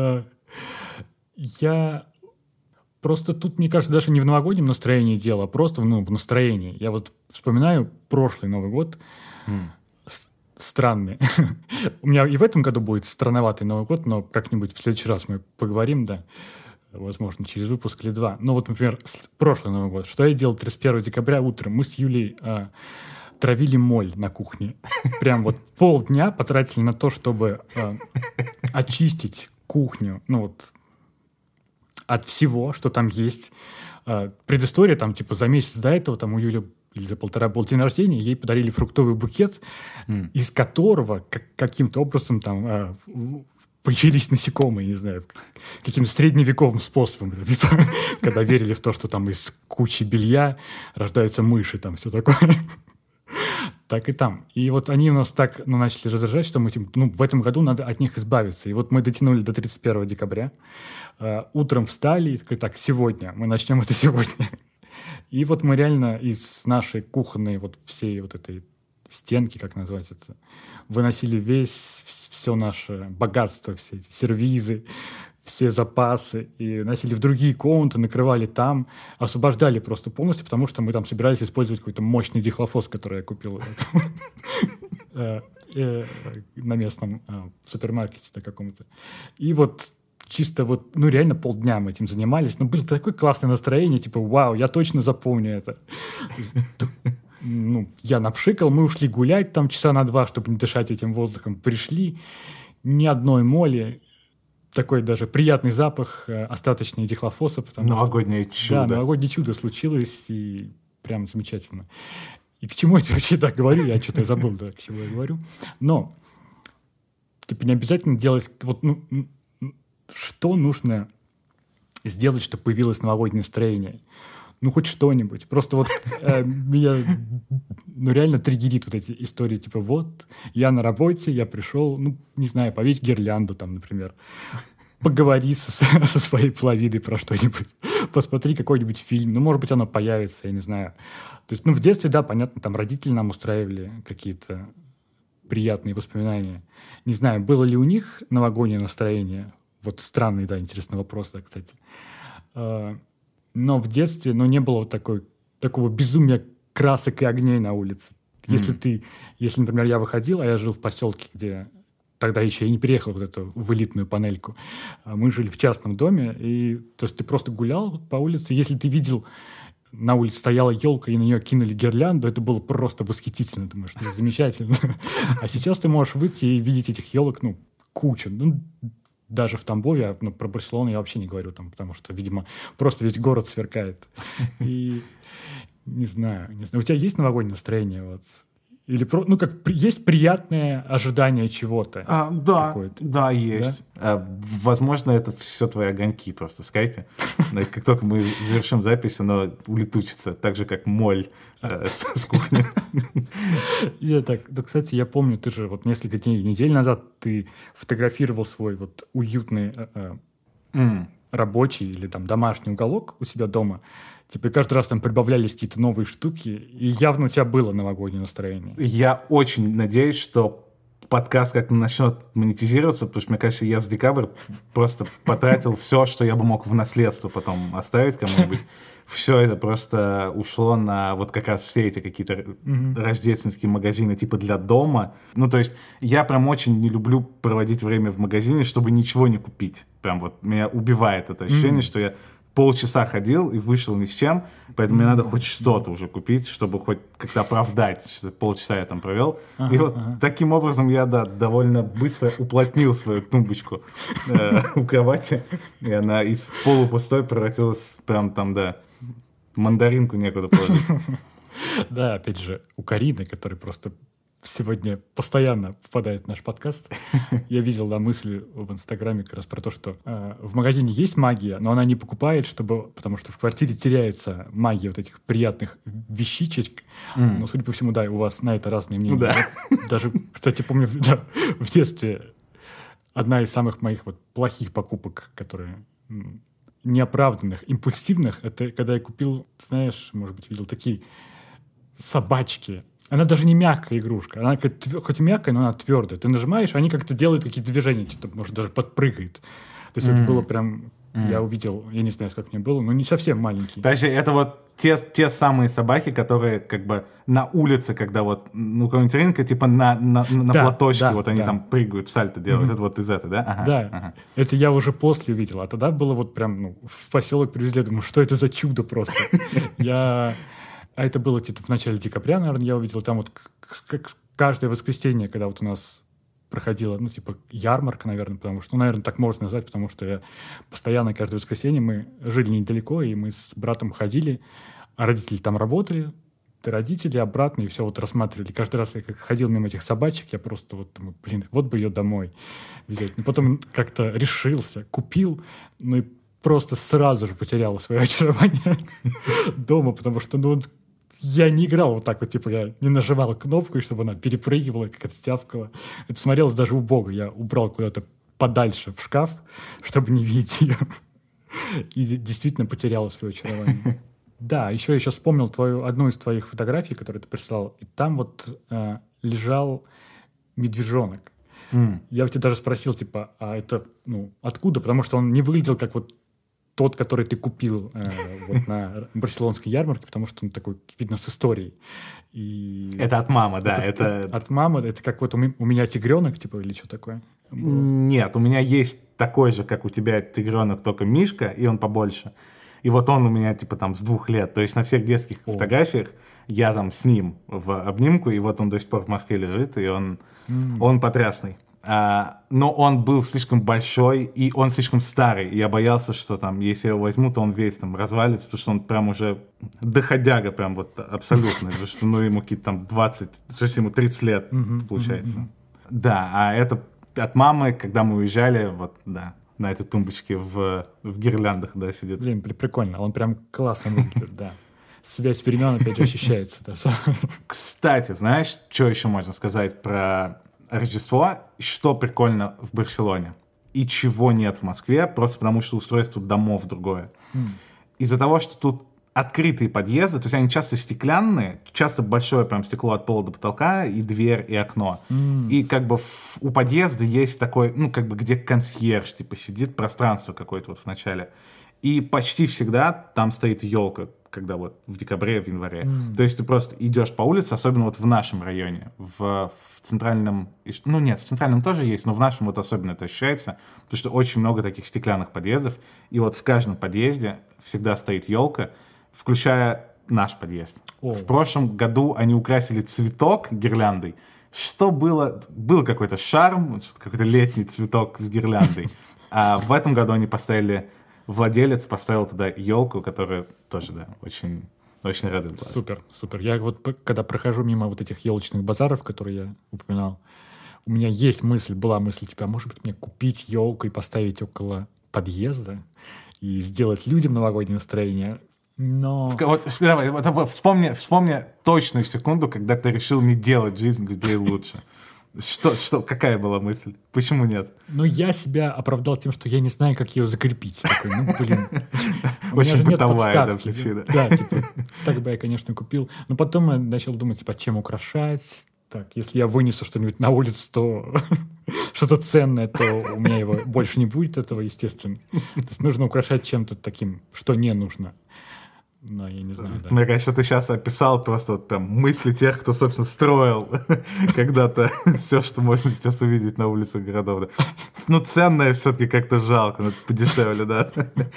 я... Просто тут, мне кажется, даже не в новогоднем настроении дело, а просто ну, в настроении. Я вот вспоминаю прошлый Новый год. Mm. Странный. У меня и в этом году будет странноватый Новый год, но как-нибудь в следующий раз мы поговорим, да. Возможно, через выпуск или два. Ну вот, например, прошлый Новый год. Что я делал тридцать первого декабря утром? Мы с Юлей а, травили моль на кухне. Прям вот полдня потратили на то, чтобы а, очистить кухню. Ну вот от всего, что там есть. А, предыстория там, типа, за месяц до этого там у Юли или за полтора был день рождения, ей подарили фруктовый букет, mm. из которого как, каким-то образом там а, появились насекомые, не знаю, каким-то средневековым способом, когда верили в то, что там из кучи белья рождаются мыши, там все такое. Так и там. И вот они у нас так ну, начали раздражать, что мы ну, в этом году надо от них избавиться. И вот мы дотянули до тридцать первого декабря. Uh, утром встали и такой, так, сегодня, мы начнем это сегодня. И вот мы реально из нашей кухонной вот всей вот этой стенки, как назвать это, выносили весь, все наше богатство, все эти сервизы, все запасы, и носили в другие комнаты, накрывали там, освобождали просто полностью, потому что мы там собирались использовать какой-то мощный дихлофос, который я купил на местном супермаркете каком-то. И вот чисто вот, ну, реально полдня мы этим занимались. Но было такое классное настроение, типа, вау, я точно запомню это. Ну, я напшикал, мы ушли гулять там часа на два, чтобы не дышать этим воздухом. Пришли, ни одной моли, такой даже приятный запах остаточный дихлофоса. Новогоднее что, чудо. Да, новогоднее чудо случилось, и прям замечательно. И к чему я вообще так говорю? Я что-то забыл, да, к чему я говорю. Но, типа, не обязательно делать... Вот, ну, что нужно сделать, чтобы появилось новогоднее настроение? Ну, хоть что-нибудь. Просто вот э, меня ну, реально триггерит вот эти истории. Типа, вот, я на работе, я пришел, ну, не знаю, повесь гирлянду там, например. Поговори со, со своей половиной про что-нибудь. Посмотри какой-нибудь фильм. Ну, может быть, оно появится, я не знаю. То есть, ну, в детстве, да, понятно, там родители нам устраивали какие-то приятные воспоминания. Не знаю, было ли у них новогоднее настроение. Вот странный, да, интересный вопрос, да, кстати. Но в детстве, ну, не было вот такой, такого безумия красок и огней на улице. Если mm. ты, если, например, я выходил, а я жил в поселке, где тогда еще я не переехал вот эту в элитную панельку, мы жили в частном доме, и то есть ты просто гулял по улице, если ты видел, на улице стояла елка, и на нее кинули гирлянду, это было просто восхитительно, думаешь, это замечательно. А сейчас ты можешь выйти и видеть этих елок, ну, кучу, ну, даже в Тамбове, ну, про Барселону я вообще не говорю, там, потому что, видимо, просто весь город сверкает. И не знаю, не знаю. У тебя есть новогоднее настроение? Вот? Или, ну, как есть приятное ожидание чего-то? А, да, какое-то? Да, есть. Да? А, возможно, это все твои огоньки просто в скайпе. Как только мы завершим запись, оно улетучится, так же, как моль с кухни. Я так, да, кстати, я помню, ты же вот несколько дней, недель назад ты фотографировал свой вот уютный рабочий или там домашний уголок у себя дома. Типа, каждый раз там прибавлялись какие-то новые штуки, и явно у тебя было новогоднее настроение. Я очень надеюсь, что подкаст как-то начнет монетизироваться, потому что, мне кажется, я с декабря просто потратил все, что я бы мог в наследство потом оставить кому-нибудь. Все это просто ушло на вот как раз все эти какие-то mm-hmm. рождественские магазины типа для дома. Ну, то есть я прям очень не люблю проводить время в магазине, чтобы ничего не купить. Прям вот меня убивает это ощущение, mm-hmm. что я полчаса ходил и вышел ни с чем, поэтому mm-hmm. мне надо хоть что-то уже купить, чтобы хоть как-то оправдать, что полчаса я там провел. Ага, и вот ага. таким образом я, да, довольно быстро уплотнил свою тумбочку э, у кровати, и она из полупустой превратилась прям там, да, мандаринку некуда положить. Да, опять же, у Карины, которая просто сегодня постоянно попадает в наш подкаст. Я видел, да, мысли в Инстаграме как раз про то, что э, в магазине есть магия, но она не покупает, чтобы, потому что в квартире теряется магия вот этих приятных вещичек. Mm. Но, судя по всему, да, у вас на это разные мнения. Да. Даже, кстати, помню, да, в детстве одна из самых моих вот плохих покупок, которые м, неоправданных, импульсивных, это когда я купил, знаешь, может быть, видел такие собачки. Она даже не мягкая игрушка. Она хоть и мягкая, но она твердая. Ты нажимаешь, они как-то делают какие-то движения, что-то, может, даже подпрыгает. То есть mm. это было прям... Mm. Я увидел, я не знаю, как мне было, но не совсем маленький. Подожди, это вот те, те самые собаки, которые как бы на улице, когда вот, ну, какой-нибудь рынка, типа на, на, на да, платочке, да, вот они да. там прыгают, сальто делают. Mm-hmm. Это вот из этого, да? Ага, да, ага. Это я уже после увидел, а тогда было вот прям, ну, в поселок привезли, думаю, что это за чудо просто. Я... А это было типа в начале декабря, наверное, я увидел там вот как каждое воскресенье, когда вот у нас проходила, ну, типа, ярмарка, наверное, потому что, ну, наверное, так можно назвать, потому что я постоянно каждое воскресенье мы жили недалеко, и мы с братом ходили, а родители там работали, родители обратно, и все вот рассматривали. Каждый раз я ходил мимо этих собачек, я просто вот думаю, блин, вот бы ее домой взять. Но потом как-то решился, купил, ну, и просто сразу же потеряла свое очарование дома, потому что, ну, я не играл вот так вот, типа, я не нажимал кнопку, и чтобы она перепрыгивала, как-то тявкала. Это смотрелось даже убого. Я убрал куда-то подальше в шкаф, чтобы не видеть ее. И действительно потеряла свое очарование. Да, еще я сейчас вспомнил твою, одну из твоих фотографий, которую ты прислал, и там вот э, лежал медвежонок. Mm. Я у тебя даже спросил, типа, а это, ну, откуда? Потому что он не выглядел как вот тот, который ты купил э, вот на барселонской ярмарке, потому что он такой, видно, с историей. И это от мамы, да. Это, это... От мамы? Это как вот у меня тигренок, типа, или что такое? Было? Нет, у меня есть такой же, как у тебя тигренок, только Мишка, и он побольше. И вот он у меня, типа, там, с двух лет. То есть на всех детских О. фотографиях я там с ним в обнимку, и вот он до сих пор в Москве лежит, и он, mm. он потрясный. А, но он был слишком большой, и он слишком старый. И я боялся, что там, если я его возьму, то он весь там развалится, потому что он прям уже доходяга, прям вот абсолютно. Потому что, ну, ему какие-то там двадцать, то есть ему тридцать лет, получается. Да, а это от мамы, когда мы уезжали, вот, да, на этой тумбочке в, в гирляндах, да, сидит. Блин, прикольно, он прям классно выглядит, да. Связь времен, опять же, ощущается. Кстати, знаешь, что еще можно сказать про Рождество? Что прикольно в Барселоне и чего нет в Москве, просто потому что устройство домов другое. Mm. Из-за того, что тут открытые подъезды, то есть они часто стеклянные, часто большое прям стекло от пола до потолка, и дверь, и окно. Mm. И как бы в, у подъезда есть такой, ну, как бы где консьерж, типа, сидит, пространство какое-то вот в начале. И почти всегда там стоит елка, когда вот в декабре, в январе. Mm. То есть ты просто идешь по улице, особенно вот в нашем районе, в, в центральном, ну нет, в центральном тоже есть, но в нашем вот особенно это ощущается, потому что очень много таких стеклянных подъездов, и вот в каждом подъезде всегда стоит елка, включая наш подъезд. Oh. В прошлом году они украсили цветок гирляндой, что было, был какой-то шарм, какой-то летний цветок с гирляндой, а в этом году они поставили владелец поставил туда елку, которая тоже, да, очень, очень радует глаз. Супер, супер. Я вот, когда прохожу мимо вот этих елочных базаров, которые я упоминал, у меня есть мысль, была мысль, типа, а может быть мне купить елку и поставить около подъезда и сделать людям новогоднее настроение, но... Вот, давай, вот, вспомни, вспомни точную секунду, когда ты решил не делать жизнь людей лучше. Что, что, какая была мысль? Почему нет? Ну, я себя оправдал тем, что я не знаю, как ее закрепить. Такой, ну, блин. Очень бытовая, да, причина. Да, типа, так бы я, конечно, купил. Но потом я начал думать, типа, чем украшать. Так, если я вынесу что-нибудь на улицу, то что-то ценное, то у меня его больше не будет этого, естественно. То есть нужно украшать чем-то таким, что не нужно. Но я не знаю, да. Мне кажется, ты сейчас описал просто вот прям мысли тех, кто, собственно, строил когда-то все, что можно сейчас увидеть на улицах городов. Да. Ну, ценное все-таки как-то жалко, но подешевле, да.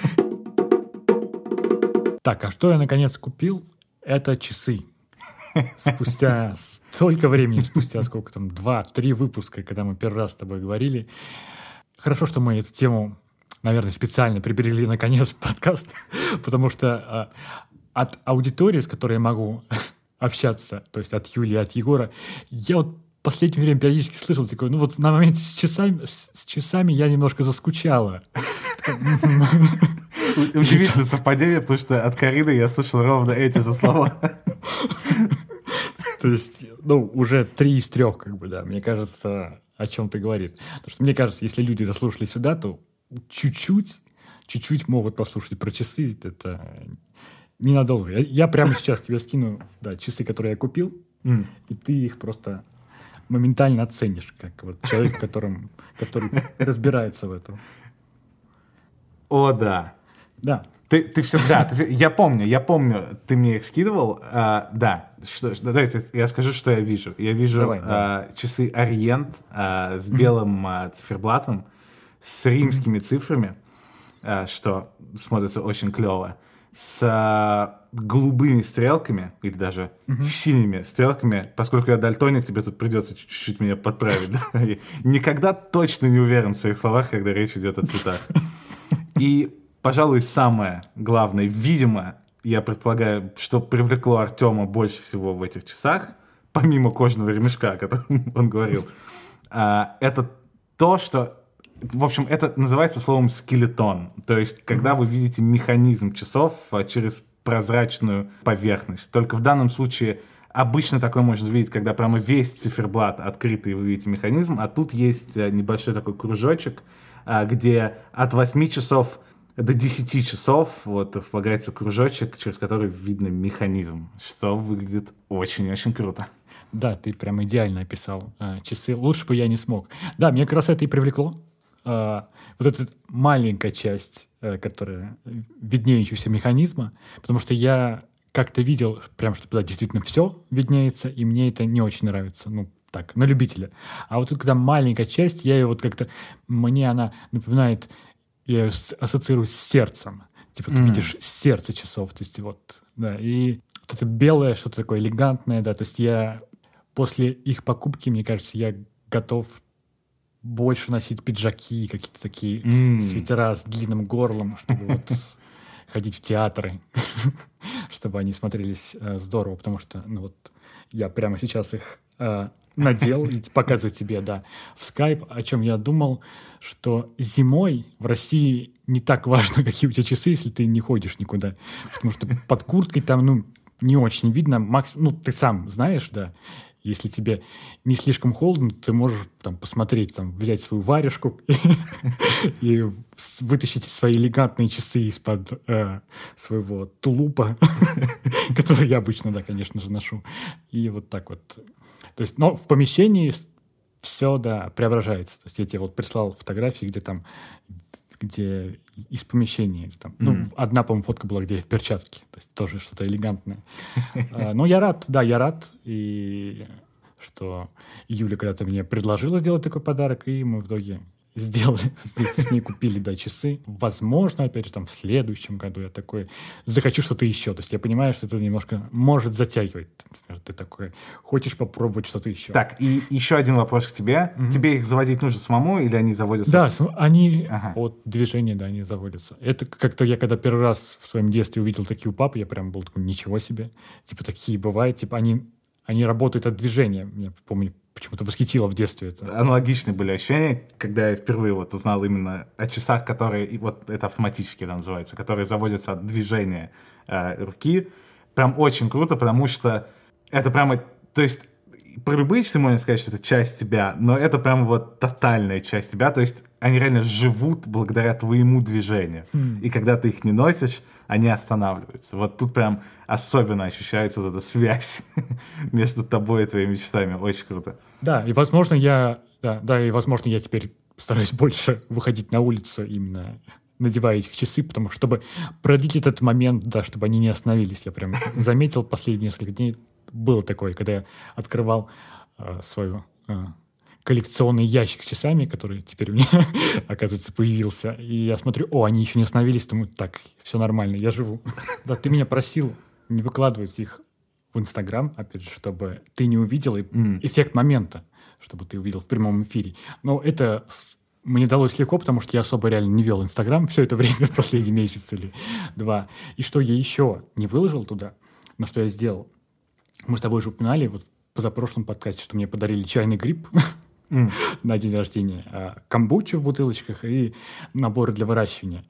Так, а что я наконец купил? Это часы. Спустя столько времени, спустя сколько там, два-три выпуска, когда мы первый раз с тобой говорили. Хорошо, что мы эту тему... наверное, специально приберегли, наконец, подкаст, потому что э, от аудитории, с которой я могу общаться, то есть от Юли, от Егора, я вот в последнее время периодически слышал такое, ну вот на моменте с часами, с, с часами я немножко заскучала. Удивительное совпадение, потому что от Карины я слышал ровно эти же слова. То есть, ну, уже три из трех, как бы, да. Мне кажется, о чем ты говоришь. Потому что мне кажется, если люди дослушали сюда, то чуть-чуть, чуть-чуть могут послушать про часы. Это ненадолго. Я, я прямо сейчас тебе скину да, часы, которые я купил, mm. и ты их просто моментально оценишь, как вот человек, которым, который разбирается в этом. О, да. Да. Ты, ты всегда, ты, я помню, я помню, ты мне их скидывал. А, да, что, что, давайте я скажу, что я вижу. Я вижу давай, а, давай. часы Ориент а, с белым mm-hmm. а, циферблатом, с римскими mm-hmm. цифрами, а, что смотрится очень клево, с а, голубыми стрелками, или даже mm-hmm. синими стрелками. Поскольку я дальтоник, тебе тут придется чуть-чуть меня подправить. Никогда точно не уверен в своих словах, когда речь идет о цветах. И пожалуй, самое главное, видимо, я предполагаю, что привлекло Артема больше всего в этих часах, помимо кожаного ремешка, о котором он говорил, это то, что, в общем, это называется словом скелетон. То есть, когда вы видите механизм часов через прозрачную поверхность. Только в данном случае обычно такое можно видеть, когда прямо весь циферблат открытый, и вы видите механизм, а тут есть небольшой такой кружочек, где от восьми часов до десяти часов вот располагается кружочек, через который видно механизм, что выглядит очень-очень круто. Да, ты прям идеально описал э, часы. Лучше бы я не смог. Да, мне как раз это и привлекло. Э, вот эта маленькая часть, э, которая виднеющегося механизма, потому что я как-то видел, прям, что туда действительно все виднеется, и мне это не очень нравится. Ну, так, на любителя. А вот тут, когда маленькая часть, я ее вот как-то... Мне она напоминает... Я ее ассоциирую с сердцем. Типа ты mm. видишь сердце часов. То есть вот, да. И вот это белое, что-то такое элегантное, да. То есть я после их покупки, мне кажется, я готов больше носить пиджаки, какие-то такие mm. свитера с длинным горлом, чтобы вот ходить в театры, чтобы они смотрелись здорово. Потому что, ну вот, я прямо сейчас их... надел и показываю тебе, да, в Skype, о чем я думал, что зимой в России не так важно, какие у тебя часы, если ты не ходишь никуда. Потому что под курткой там, ну, не очень видно. Максимум, ну, ты сам знаешь, да, если тебе не слишком холодно, ты можешь там посмотреть, там, взять свою варежку и вытащить свои элегантные часы из-под э, своего тулупа, который я обычно, да, конечно же, ношу. И вот так вот. То есть, но в помещении все, да, преображается. То есть я тебе вот прислал фотографии, где там, где из помещения. Там, mm-hmm. Ну, одна, по-моему, фотка была, где я в перчатке. То есть тоже что-то элегантное. Но я рад, да, я рад. И что Юля когда-то мне предложила сделать такой подарок, и мы в итоге сделали, вместе с ней купили, да, часы. Возможно, опять же, там, в следующем году я такой захочу что-то еще. То есть я понимаю, что это немножко может затягивать. Ты такой хочешь попробовать что-то еще. Так, и еще один вопрос к тебе. Mm-hmm. Тебе их заводить нужно самому или они заводятся? Да, они ага. от движения, да, они заводятся. Это как-то я когда первый раз в своем детстве увидел такие у папы, я прям был такой, ничего себе. Типа такие бывают, типа они, они работают от движения. Я помню, почему-то восхитило в детстве это. Аналогичные были ощущения, когда я впервые вот узнал именно о часах, которые, и вот это автоматически да, называется, которые заводятся от движения э, руки. Прям очень круто, потому что это прямо, то есть про любые часы можно сказать, что это часть тебя, но это прямо вот тотальная часть тебя, то есть они реально живут благодаря твоему движению. Mm. И когда ты их не носишь, они останавливаются. Вот тут прям особенно ощущается вот эта связь между тобой и твоими часами. Очень круто. Да, и возможно я, да, да, и возможно я теперь стараюсь больше выходить на улицу именно надевая этих часы, потому что чтобы продлить этот момент, да, чтобы они не остановились. Я прям заметил последние несколько дней, было такое, когда я открывал э, свой э, коллекционный ящик с часами, который теперь у меня, оказывается, появился. И я смотрю, о, они еще не остановились, думаю, так, все нормально, я живу. Да, ты меня просил не выкладывать их в Инстаграм, опять же, чтобы ты не увидел mm. эффект момента, чтобы ты увидел в прямом эфире. Но это мне далось легко, потому что я особо реально не вел Инстаграм все это время, в последний месяц или два. И что я еще не выложил туда, но что я сделал, мы с тобой уже упоминали вот в позапрошлом подкасте, что мне подарили чайный гриб mm. на день рождения, камбучу в бутылочках и наборы для выращивания.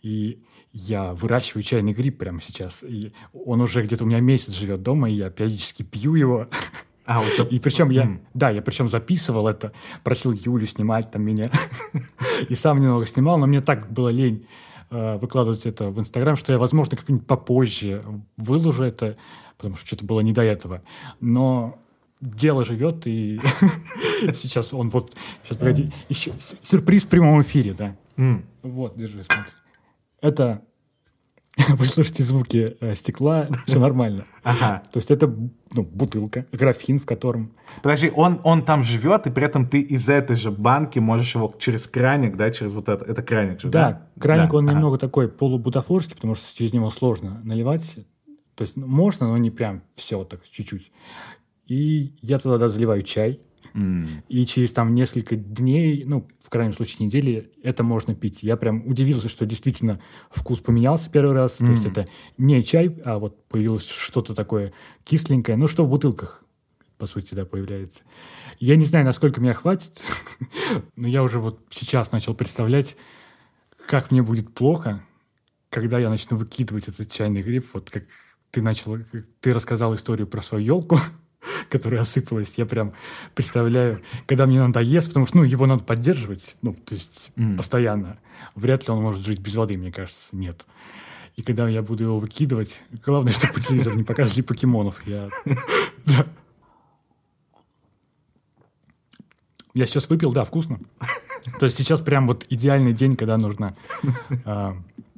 И я выращиваю чайный гриб прямо сейчас. И он уже где-то у меня месяц живет дома, и я периодически пью его. А, уже... И причем я, mm. да, я причем записывал это, просил Юлю снимать там меня. И сам немного снимал, но мне так было лень э, выкладывать это в Инстаграм, что я, возможно, как-нибудь попозже выложу это, потому что что-то было не до этого. Но дело живет, и сейчас он вот... Сейчас, погоди, еще сюрприз в прямом эфире, да. Вот, держи, смотри. Это... Вы слышите звуки э, стекла, все нормально. Ага. То есть это ну, бутылка, графин, в котором... Подожди, он, он там живет, и при этом ты из этой же банки можешь его через краник, да, через вот это, это краник же, да? Да, краник да. он ага. немного такой полубутафорский, потому что через него сложно наливать. То есть можно, но не прям все так, чуть-чуть. И я туда да, заливаю чай. Mm. И через там несколько дней, ну, в крайнем случае недели, это можно пить. Я прям удивился, что действительно вкус поменялся первый раз. Mm. То есть это не чай, а вот появилось что-то такое кисленькое, ну, что в бутылках, по сути, да, появляется. Я не знаю, насколько меня хватит, но я уже вот сейчас начал представлять, как мне будет плохо, когда я начну выкидывать этот чайный гриб. Вот как ты начал, как ты рассказал историю про свою елку, которая осыпалась, я прям представляю, когда мне надоест, потому что, ну, его надо поддерживать, ну, то есть mm. постоянно. Вряд ли он может жить без воды, мне кажется, нет. И когда я буду его выкидывать, главное, чтобы по телевизору не показывали покемонов. Я... я сейчас выпил, да, вкусно. То есть сейчас прям вот идеальный день, когда нужно э,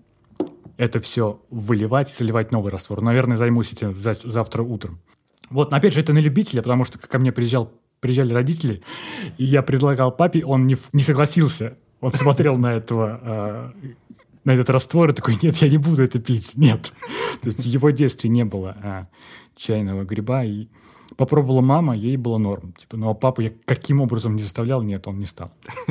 это все выливать и заливать новый раствор. Наверное, займусь этим завтра утром. Вот, но опять же, это на любителя, потому что ко мне приезжал, приезжали родители, и я предлагал папе, он не, не согласился. Он смотрел на этого, э, на этот раствор и такой, нет, я не буду это пить, нет. То есть в его детстве не было э, чайного гриба, и попробовала мама, ей было норм. Типа, ну, а папу я каким образом не заставлял, нет, он не стал.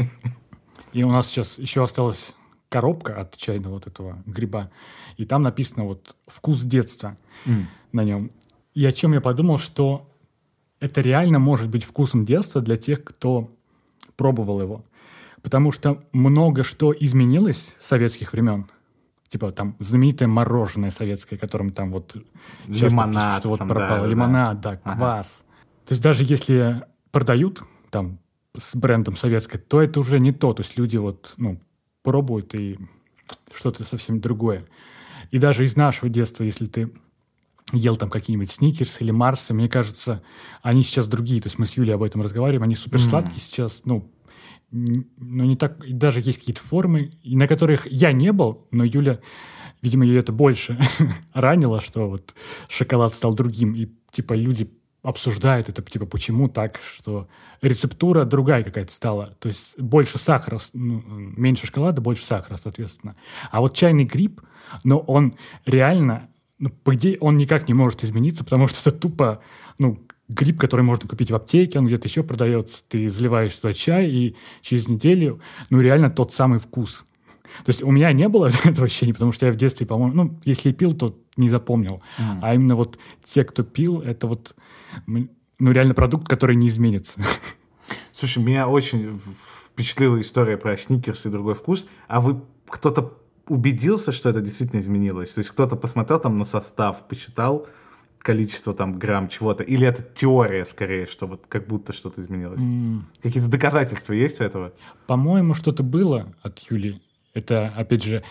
И у нас сейчас еще осталась коробка от чайного вот этого гриба, и там написано вот «Вкус детства» mm. на нем. И о чем я подумал, что это реально может быть вкусом детства для тех, кто пробовал его. Потому что много что изменилось с советских времен. Типа там знаменитое мороженое советское, которым там вот часто лимонад, пишут, что вот там, пропало. Да, Лимонад, да, да квас. Ага. То есть даже если продают там с брендом советское, то это уже не то. То есть люди вот, ну, пробуют и что-то совсем другое. И даже из нашего детства, если ты ел там какие-нибудь сникерсы или марсы, мне кажется, они сейчас другие. То есть мы с Юлей об этом разговариваем, они суперсладкие mm. сейчас, ну, ну, не так... Даже есть какие-то формы, на которых я не был, но Юля, видимо, ее это больше ранило, что вот шоколад стал другим, и, типа, люди обсуждают это, типа, почему так, что рецептура другая какая-то стала. То есть больше сахара, ну, меньше шоколада, больше сахара, соответственно. А вот чайный гриб, ну, он реально... Ну, по идее, он никак не может измениться, потому что это тупо, ну, гриб, который можно купить в аптеке, он где-то еще продается, ты заливаешь туда чай, и через неделю, ну, реально тот самый вкус. То есть у меня не было этого ощущения, потому что я в детстве, по-моему, ну, если и пил, то не запомнил. Mm. А именно вот те, кто пил, это вот, ну, реально продукт, который не изменится. Слушай, меня очень впечатлила история про сникерс и другой вкус. А вы кто-то убедился, что это действительно изменилось? То есть кто-то посмотрел там на состав, посчитал количество там грамм чего-то? Или это теория скорее, что вот как будто что-то изменилось? Mm. Какие-то доказательства есть у этого? По-моему, что-то было от Юли. Это, опять же,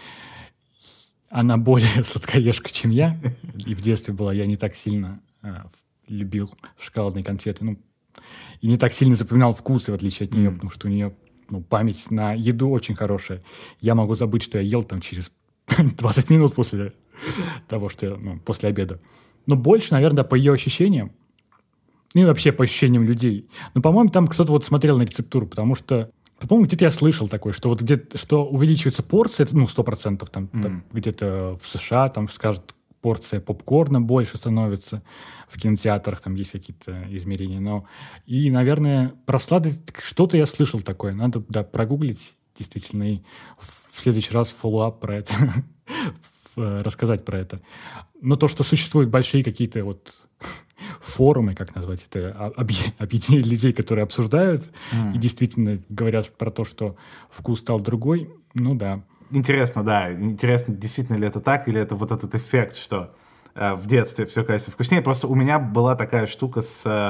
она более сладкоежка, чем я. И в детстве была, я не так сильно а, любил шоколадные конфеты. Ну, и не так сильно запоминал вкусы, в отличие от нее, mm. потому что у нее ну, память на еду очень хорошая. Я могу забыть, что я ел там через двадцать минут после того, что я, ну, после обеда. Но больше, наверное, по ее ощущениям. Ну и вообще по ощущениям людей. Но, по-моему, там кто-то вот смотрел на рецептуру, потому что, по-моему, где-то я слышал такое, что вот где-то, что увеличивается порция, это, ну, сто процентов там, mm. там где-то в США, там скажут, порция попкорна больше становится, в кинотеатрах там есть какие-то измерения. Но... И, наверное, про сладость что-то я слышал такое. Надо, да, прогуглить действительно и в следующий раз фоллоуап про это рассказать про это. Но то, что существуют большие какие-то вот форумы, как назвать это, объединение людей, которые обсуждают mm. и действительно говорят про то, что вкус стал другой, ну да. Интересно, да. Интересно, действительно ли это так, или это вот этот эффект, что э, в детстве все кажется вкуснее. Просто у меня была такая штука с, э,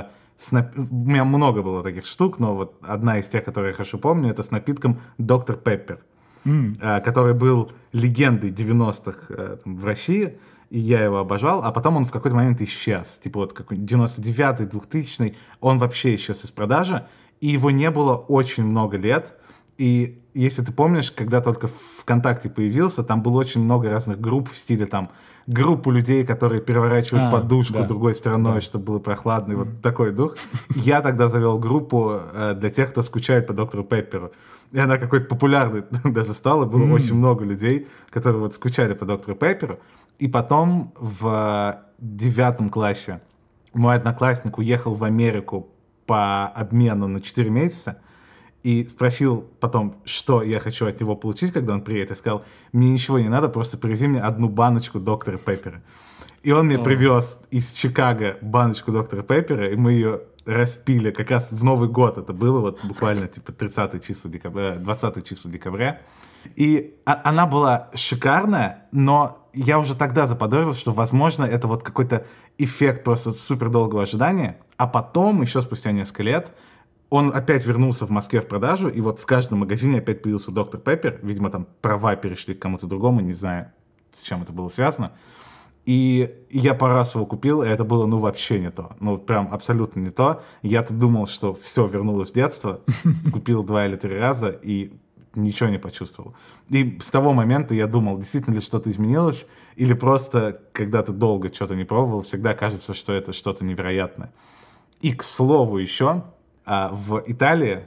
С нап... У меня много было таких штук, но вот одна из тех, которые я хорошо помню, это с напитком доктор Пеппер, Mm. который был легендой девяностых в России, и я его обожал, а потом он в какой-то момент исчез. Типа вот какой девяносто девятый, двухтысячный, он вообще исчез из продажи, и его не было очень много лет. И если ты помнишь, когда только ВКонтакте появился, там было очень много разных групп в стиле там группу людей, которые переворачивают а, подушку да. другой стороной, да. чтобы было прохладно, и mm. вот такой дух. Я тогда завел группу э, для тех, кто скучает по доктору Пепперу. И она какой-то популярной даже стала. Было mm. очень много людей, которые вот скучали по доктору Пепперу. И потом в девятом классе мой одноклассник уехал в Америку по обмену на четыре месяца и спросил потом, что я хочу от него получить, когда он приедет. Я сказал, мне ничего не надо, просто привези мне одну баночку доктора Пеппера. И он мне oh. привез из Чикаго баночку доктора Пеппера, и мы ее распили как раз в Новый год. Это было вот буквально типа тридцатое число декабря, двадцатое число декабря. И она была шикарная, но я уже тогда заподозрил, что, возможно, это вот какой-то эффект просто супер долгого ожидания. А потом, еще спустя несколько лет, он опять вернулся в Москве в продажу, и вот в каждом магазине опять появился доктор Пеппер. Видимо, там права перешли к кому-то другому, не знаю, с чем это было связано. И я пару раз его купил, и это было, ну, вообще не то. Ну, прям абсолютно не то. Я-то думал, что все вернулось в детство. Купил два или три раза, и ничего не почувствовал. И с того момента я думал, действительно ли что-то изменилось, или просто, когда ты долго что-то не пробовал, всегда кажется, что это что-то невероятное. И, к слову, еще... В Италии,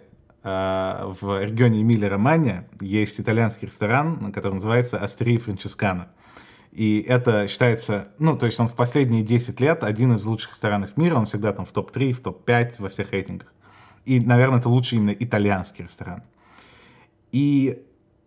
в регионе Эмилия-Романья, есть итальянский ресторан, который называется Osteria Francescana. И это считается, ну, то есть он в последние десять лет один из лучших ресторанов мира, он всегда там в топ три, в топ пять во всех рейтингах. И, наверное, это лучший именно итальянский ресторан. И,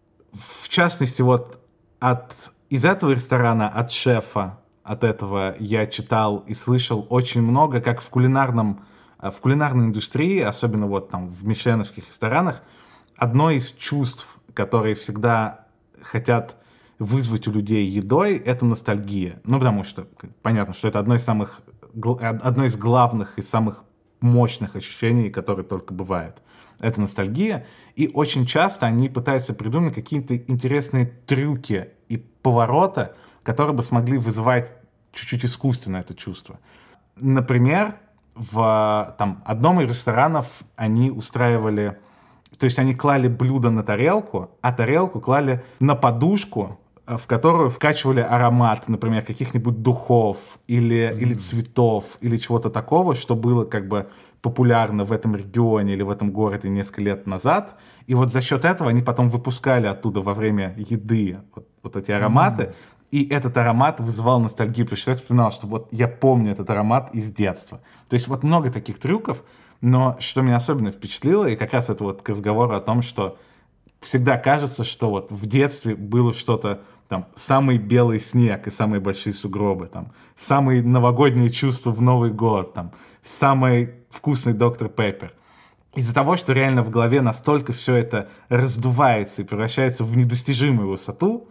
в частности, вот от, из этого ресторана, от шефа, от этого я читал и слышал очень много, как в кулинарном В кулинарной индустрии, особенно вот там в мишленовских ресторанах, одно из чувств, которые всегда хотят вызвать у людей едой, это ностальгия. Ну, потому что понятно, что это одно из самых, одно из главных и самых мощных ощущений, которые только бывают. Это ностальгия. И очень часто они пытаются придумать какие-то интересные трюки и повороты, которые бы смогли вызывать чуть-чуть искусственно это чувство. Например, в там, одном из ресторанов они устраивали... То есть они клали блюдо на тарелку, а тарелку клали на подушку, в которую вкачивали аромат, например, каких-нибудь духов или, mm. или цветов, или чего-то такого, что было как бы популярно в этом регионе или в этом городе несколько лет назад. И вот за счет этого они потом выпускали оттуда во время еды вот, вот эти ароматы. Mm. И этот аромат вызывал ностальгию, потому что я вспоминал, что вот я помню этот аромат из детства. То есть вот много таких трюков, но что меня особенно впечатлило, и как раз это вот к разговору о том, что всегда кажется, что вот в детстве было что-то, там, самый белый снег и самые большие сугробы, там, самые новогодние чувства в Новый год, там, самый вкусный доктор Пеппер. Из-за того, что реально в голове настолько все это раздувается и превращается в недостижимую высоту,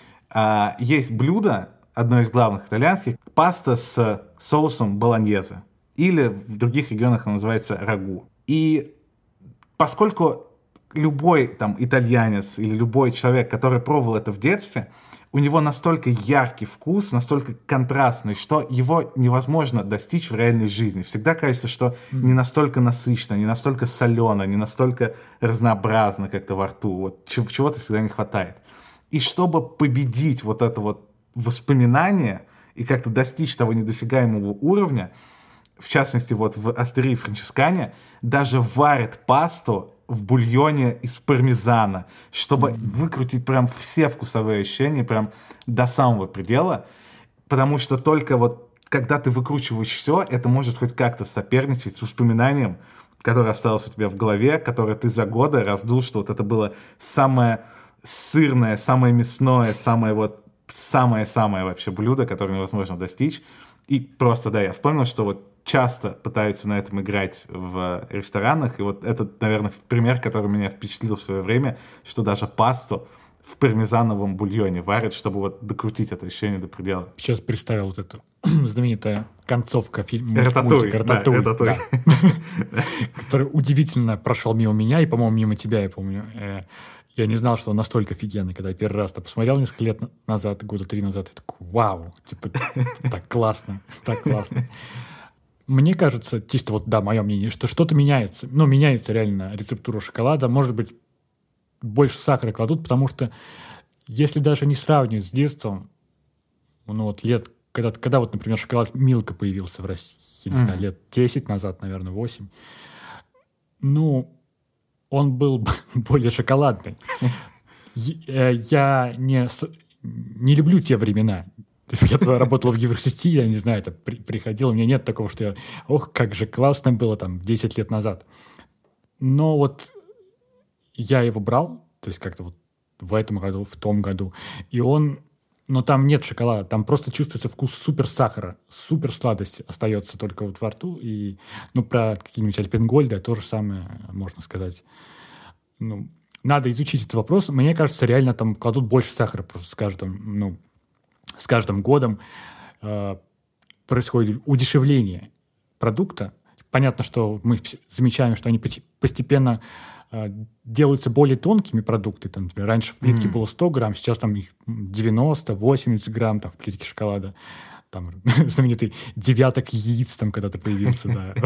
Uh, есть блюдо, одно из главных итальянских, паста с соусом болоньезе. Или в других регионах она называется рагу. И поскольку любой там итальянец или любой человек, который пробовал это в детстве, у него настолько яркий вкус, настолько контрастный, что его невозможно достичь в реальной жизни. Всегда кажется, что не настолько насыщенно, не настолько солено, не настолько разнообразно как-то во рту. Вот чего-то всегда не хватает. И чтобы победить вот это вот воспоминание и как-то достичь того недосягаемого уровня, в частности, вот в Osteria Francescana даже варят пасту в бульоне из пармезана, чтобы mm-hmm. выкрутить прям все вкусовые ощущения прям до самого предела, потому что только вот когда ты выкручиваешь все, это может хоть как-то соперничать с воспоминанием, которое осталось у тебя в голове, которое ты за годы раздул, что вот это было самое сырное, самое мясное, самое вот самое-самое вообще блюдо, которое невозможно достичь. И просто, да, я вспомнил, что вот часто пытаются на этом играть в ресторанах, и вот это, наверное, пример, который меня впечатлил в свое время, что даже пасту в пармезановом бульоне варят, чтобы вот докрутить это ощущение до предела. Сейчас представил вот это знаменитое концовка фильма Рататуй, мультика «Рататуй», да, да, который удивительно прошел мимо меня и, по-моему, мимо тебя, я помню. Я не знал, что он настолько офигенный, когда я первый раз посмотрел несколько лет назад, года три назад, я такой, вау, типа, так классно, так классно. Мне кажется, чисто вот, да, мое мнение, что что-то меняется. Ну, меняется реально рецептура шоколада. Может быть, больше сахара кладут, потому что если даже не сравнивать с детством, ну вот лет, когда, когда вот, например, шоколад Милка появился в России, я не mm. знаю, лет десять назад, наверное, восемь, ну, он был более шоколадный. Я не, не люблю те времена. Я тогда работал в Евросети, я не знаю, это при, приходил, у меня нет такого, что я, ох, как же классно было там десять лет назад. Но вот я его брал, то есть как-то вот в этом году, в том году, и он, но там нет шоколада, там просто чувствуется вкус супер сахара, супер сладость остается только вот во рту, и, ну, про какие-нибудь Альпенгольды то же самое можно сказать. Ну, надо изучить этот вопрос. Мне кажется, реально там кладут больше сахара просто с каждым, ну, с каждым годом э, происходит удешевление продукта. Понятно, что мы замечаем, что они постепенно э, делаются более тонкими продукты. Там, например, раньше в плитке mm. было сто грамм, сейчас там их девяносто восемьдесят грамм там, в плитке шоколада. Там знаменитый девяток яиц там когда-то появился да,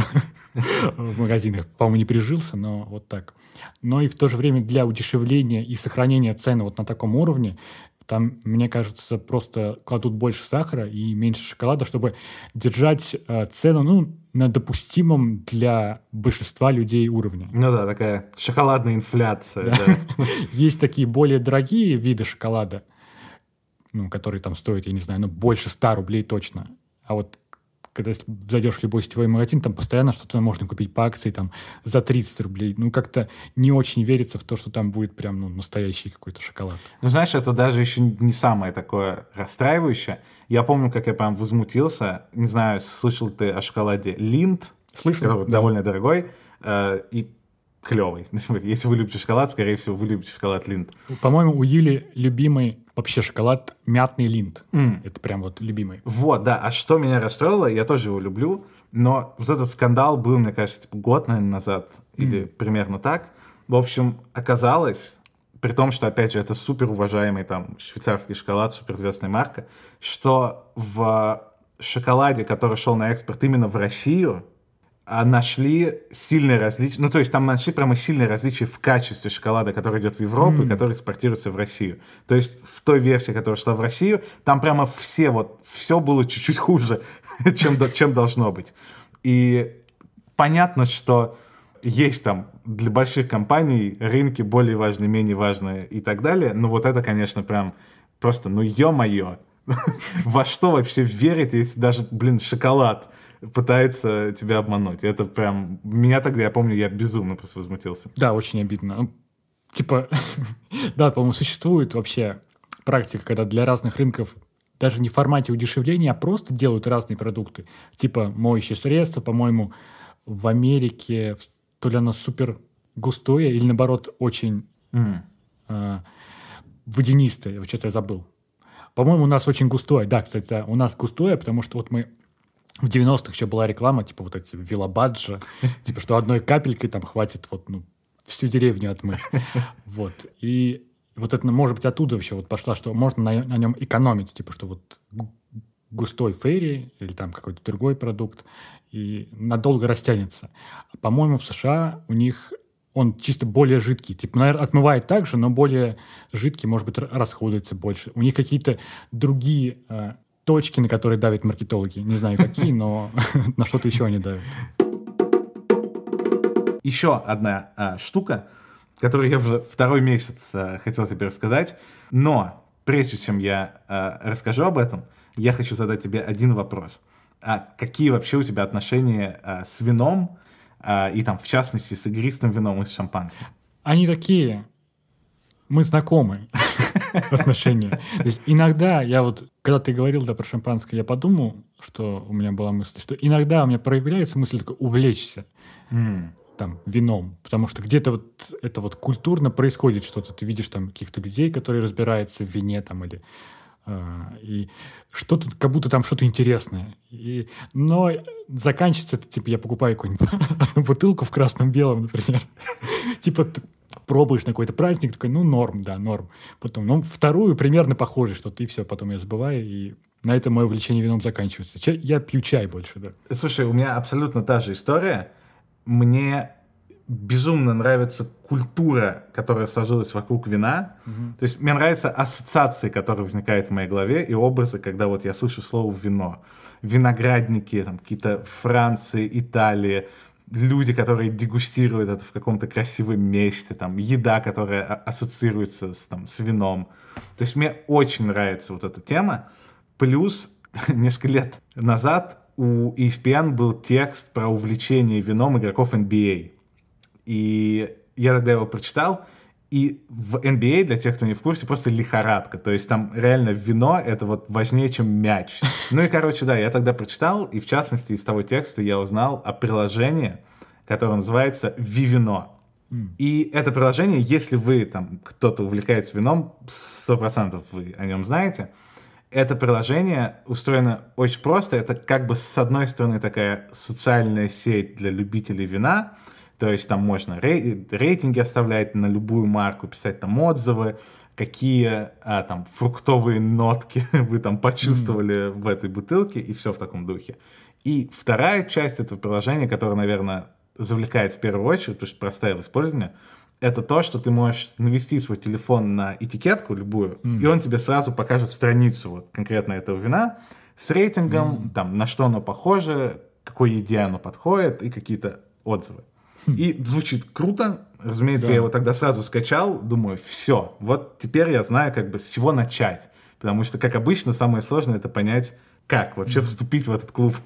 в магазинах. По-моему, не прижился, но вот так. Но и в то же время для удешевления и сохранения цены вот на таком уровне там, мне кажется, просто кладут больше сахара и меньше шоколада, чтобы держать э, цену ну, на допустимом для большинства людей уровне. Ну да, такая шоколадная инфляция. Да. Да. Есть такие более дорогие виды шоколада, ну, которые там стоят, я не знаю, ну, больше ста рублей точно. А вот когда зайдешь в любой сетевой магазин, там постоянно что-то можно купить по акции там, за тридцать рублей. Ну, как-то не очень верится в то, что там будет прям ну, настоящий какой-то шоколад. Ну, знаешь, это даже еще не самое такое расстраивающее. Я помню, как я прям возмутился. Не знаю, слышал ты о шоколаде Линд? Слышал, да. Довольно дорогой э, и клевый. Если вы любите шоколад, скорее всего, вы любите шоколад Линд. По-моему, у Юли любимый вообще шоколад мятный Линд. Mm. Это прям вот любимый. Вот, да. А что меня расстроило, я тоже его люблю, но вот этот скандал был, мне кажется, типа год, наверное, назад, mm. или примерно так. В общем, оказалось, при том, что, опять же, это супер уважаемый там швейцарский шоколад, суперизвестная марка, что в шоколаде, который шел на экспорт именно в Россию, нашли сильные различия, ну, то есть там нашли прямо сильные различия в качестве шоколада, который идет в Европу mm. и который экспортируется в Россию. То есть в той версии, которая шла в Россию, там прямо все вот, все было чуть-чуть хуже, чем, чем должно быть. И понятно, что есть там для больших компаний рынки более важные, менее важные и так далее, но вот это, конечно, прям просто, ну, ё-моё, во что вообще верить, если даже, блин, шоколад пытается тебя обмануть. Это прям... Меня тогда, я помню, я безумно просто возмутился. Да, очень обидно. Типа, да, по-моему, существует вообще практика, когда для разных рынков даже не в формате удешевления, а просто делают разные продукты. Типа моющие средства, по-моему, в Америке то ли оно супер густое или, наоборот, очень mm. э, водянистое. Вот что-то я забыл. По-моему, у нас очень густое. Да, кстати, да, у нас густое, потому что вот мы в девяностых еще была реклама, типа вот эти велобаджи, типа что одной капелькой там хватит вот, ну, всю деревню отмыть. Вот. И вот это, может быть, оттуда вообще вот пошла, что можно на, на нем экономить, типа что вот густой фейри или там какой-то другой продукт и надолго растянется. По-моему, в США у них он чисто более жидкий. Типа, наверное, отмывает так же, но более жидкий, может быть, расходуется больше. У них какие-то другие э, точки, на которые давят маркетологи. Не знаю, какие, но на что-то еще они давят. Еще одна а, штука, которую я уже второй месяц а, хотел тебе рассказать. Но прежде чем я а, расскажу об этом, я хочу задать тебе один вопрос. А какие вообще у тебя отношения а, с вином, а, и там, в частности, с игристым вином и с шампанским? Они такие... Мы знакомы. Отношения. То есть иногда я вот, когда ты говорил да, про шампанское, я подумал, что у меня была мысль, что иногда у меня проявляется мысль такой увлечься mm. там вином, потому что где-то вот это вот культурно происходит что-то. Ты видишь там каких-то людей, которые разбираются в вине там или И что-то, как будто там что-то интересное. И, но заканчивается это, типа, я покупаю какую-нибудь одну бутылку в красном-белом, например. Типа, пробуешь на какой-то праздник, такой, ну, норм, да, норм. Потом, ну, вторую примерно похоже что-то, и все, потом я забываю, и на этом мое увлечение вином заканчивается. Чай, я пью чай больше, да. Слушай, у меня абсолютно та же история. Мне безумно нравится культура, которая сложилась вокруг вина. Угу. То есть мне нравятся ассоциации, которые возникают в моей голове, и образы, когда вот я слышу слово «вино». Виноградники, там, какие-то Франции, Италии, люди, которые дегустируют это в каком-то красивом месте, там, еда, которая ассоциируется с, там, с вином. То есть мне очень нравится вот эта тема. Плюс несколько лет назад у и эс пи эн был текст про увлечение вином игроков эн би эй. И я тогда его прочитал, и в эн би эй, для тех, кто не в курсе, просто лихорадка. То есть там реально вино — это вот важнее, чем мяч. Ну и, короче, да, я тогда прочитал, и в частности из того текста я узнал о приложении, которое называется Vivino. Mm. И это приложение, если вы, там, кто-то увлекается вином, сто процентов вы о нем знаете, это приложение устроено очень просто. Это как бы с одной стороны такая социальная сеть для любителей вина. То есть там можно рей- рейтинги оставлять на любую марку, писать там отзывы, какие а, там фруктовые нотки вы там почувствовали mm. в этой бутылке, и все в таком духе. И вторая часть этого приложения, которая, наверное, завлекает в первую очередь, потому что простая в использовании, это то, что ты можешь навести свой телефон на этикетку любую, mm. и он тебе сразу покажет страницу вот конкретно этого вина с рейтингом, mm. там, на что оно похоже, какой еде оно подходит, и какие-то отзывы. И звучит круто. Разумеется, да. Я его тогда сразу скачал. Думаю, все, вот теперь я знаю, как бы с чего начать. Потому что, как обычно, самое сложное — это понять, как вообще вступить в этот клуб.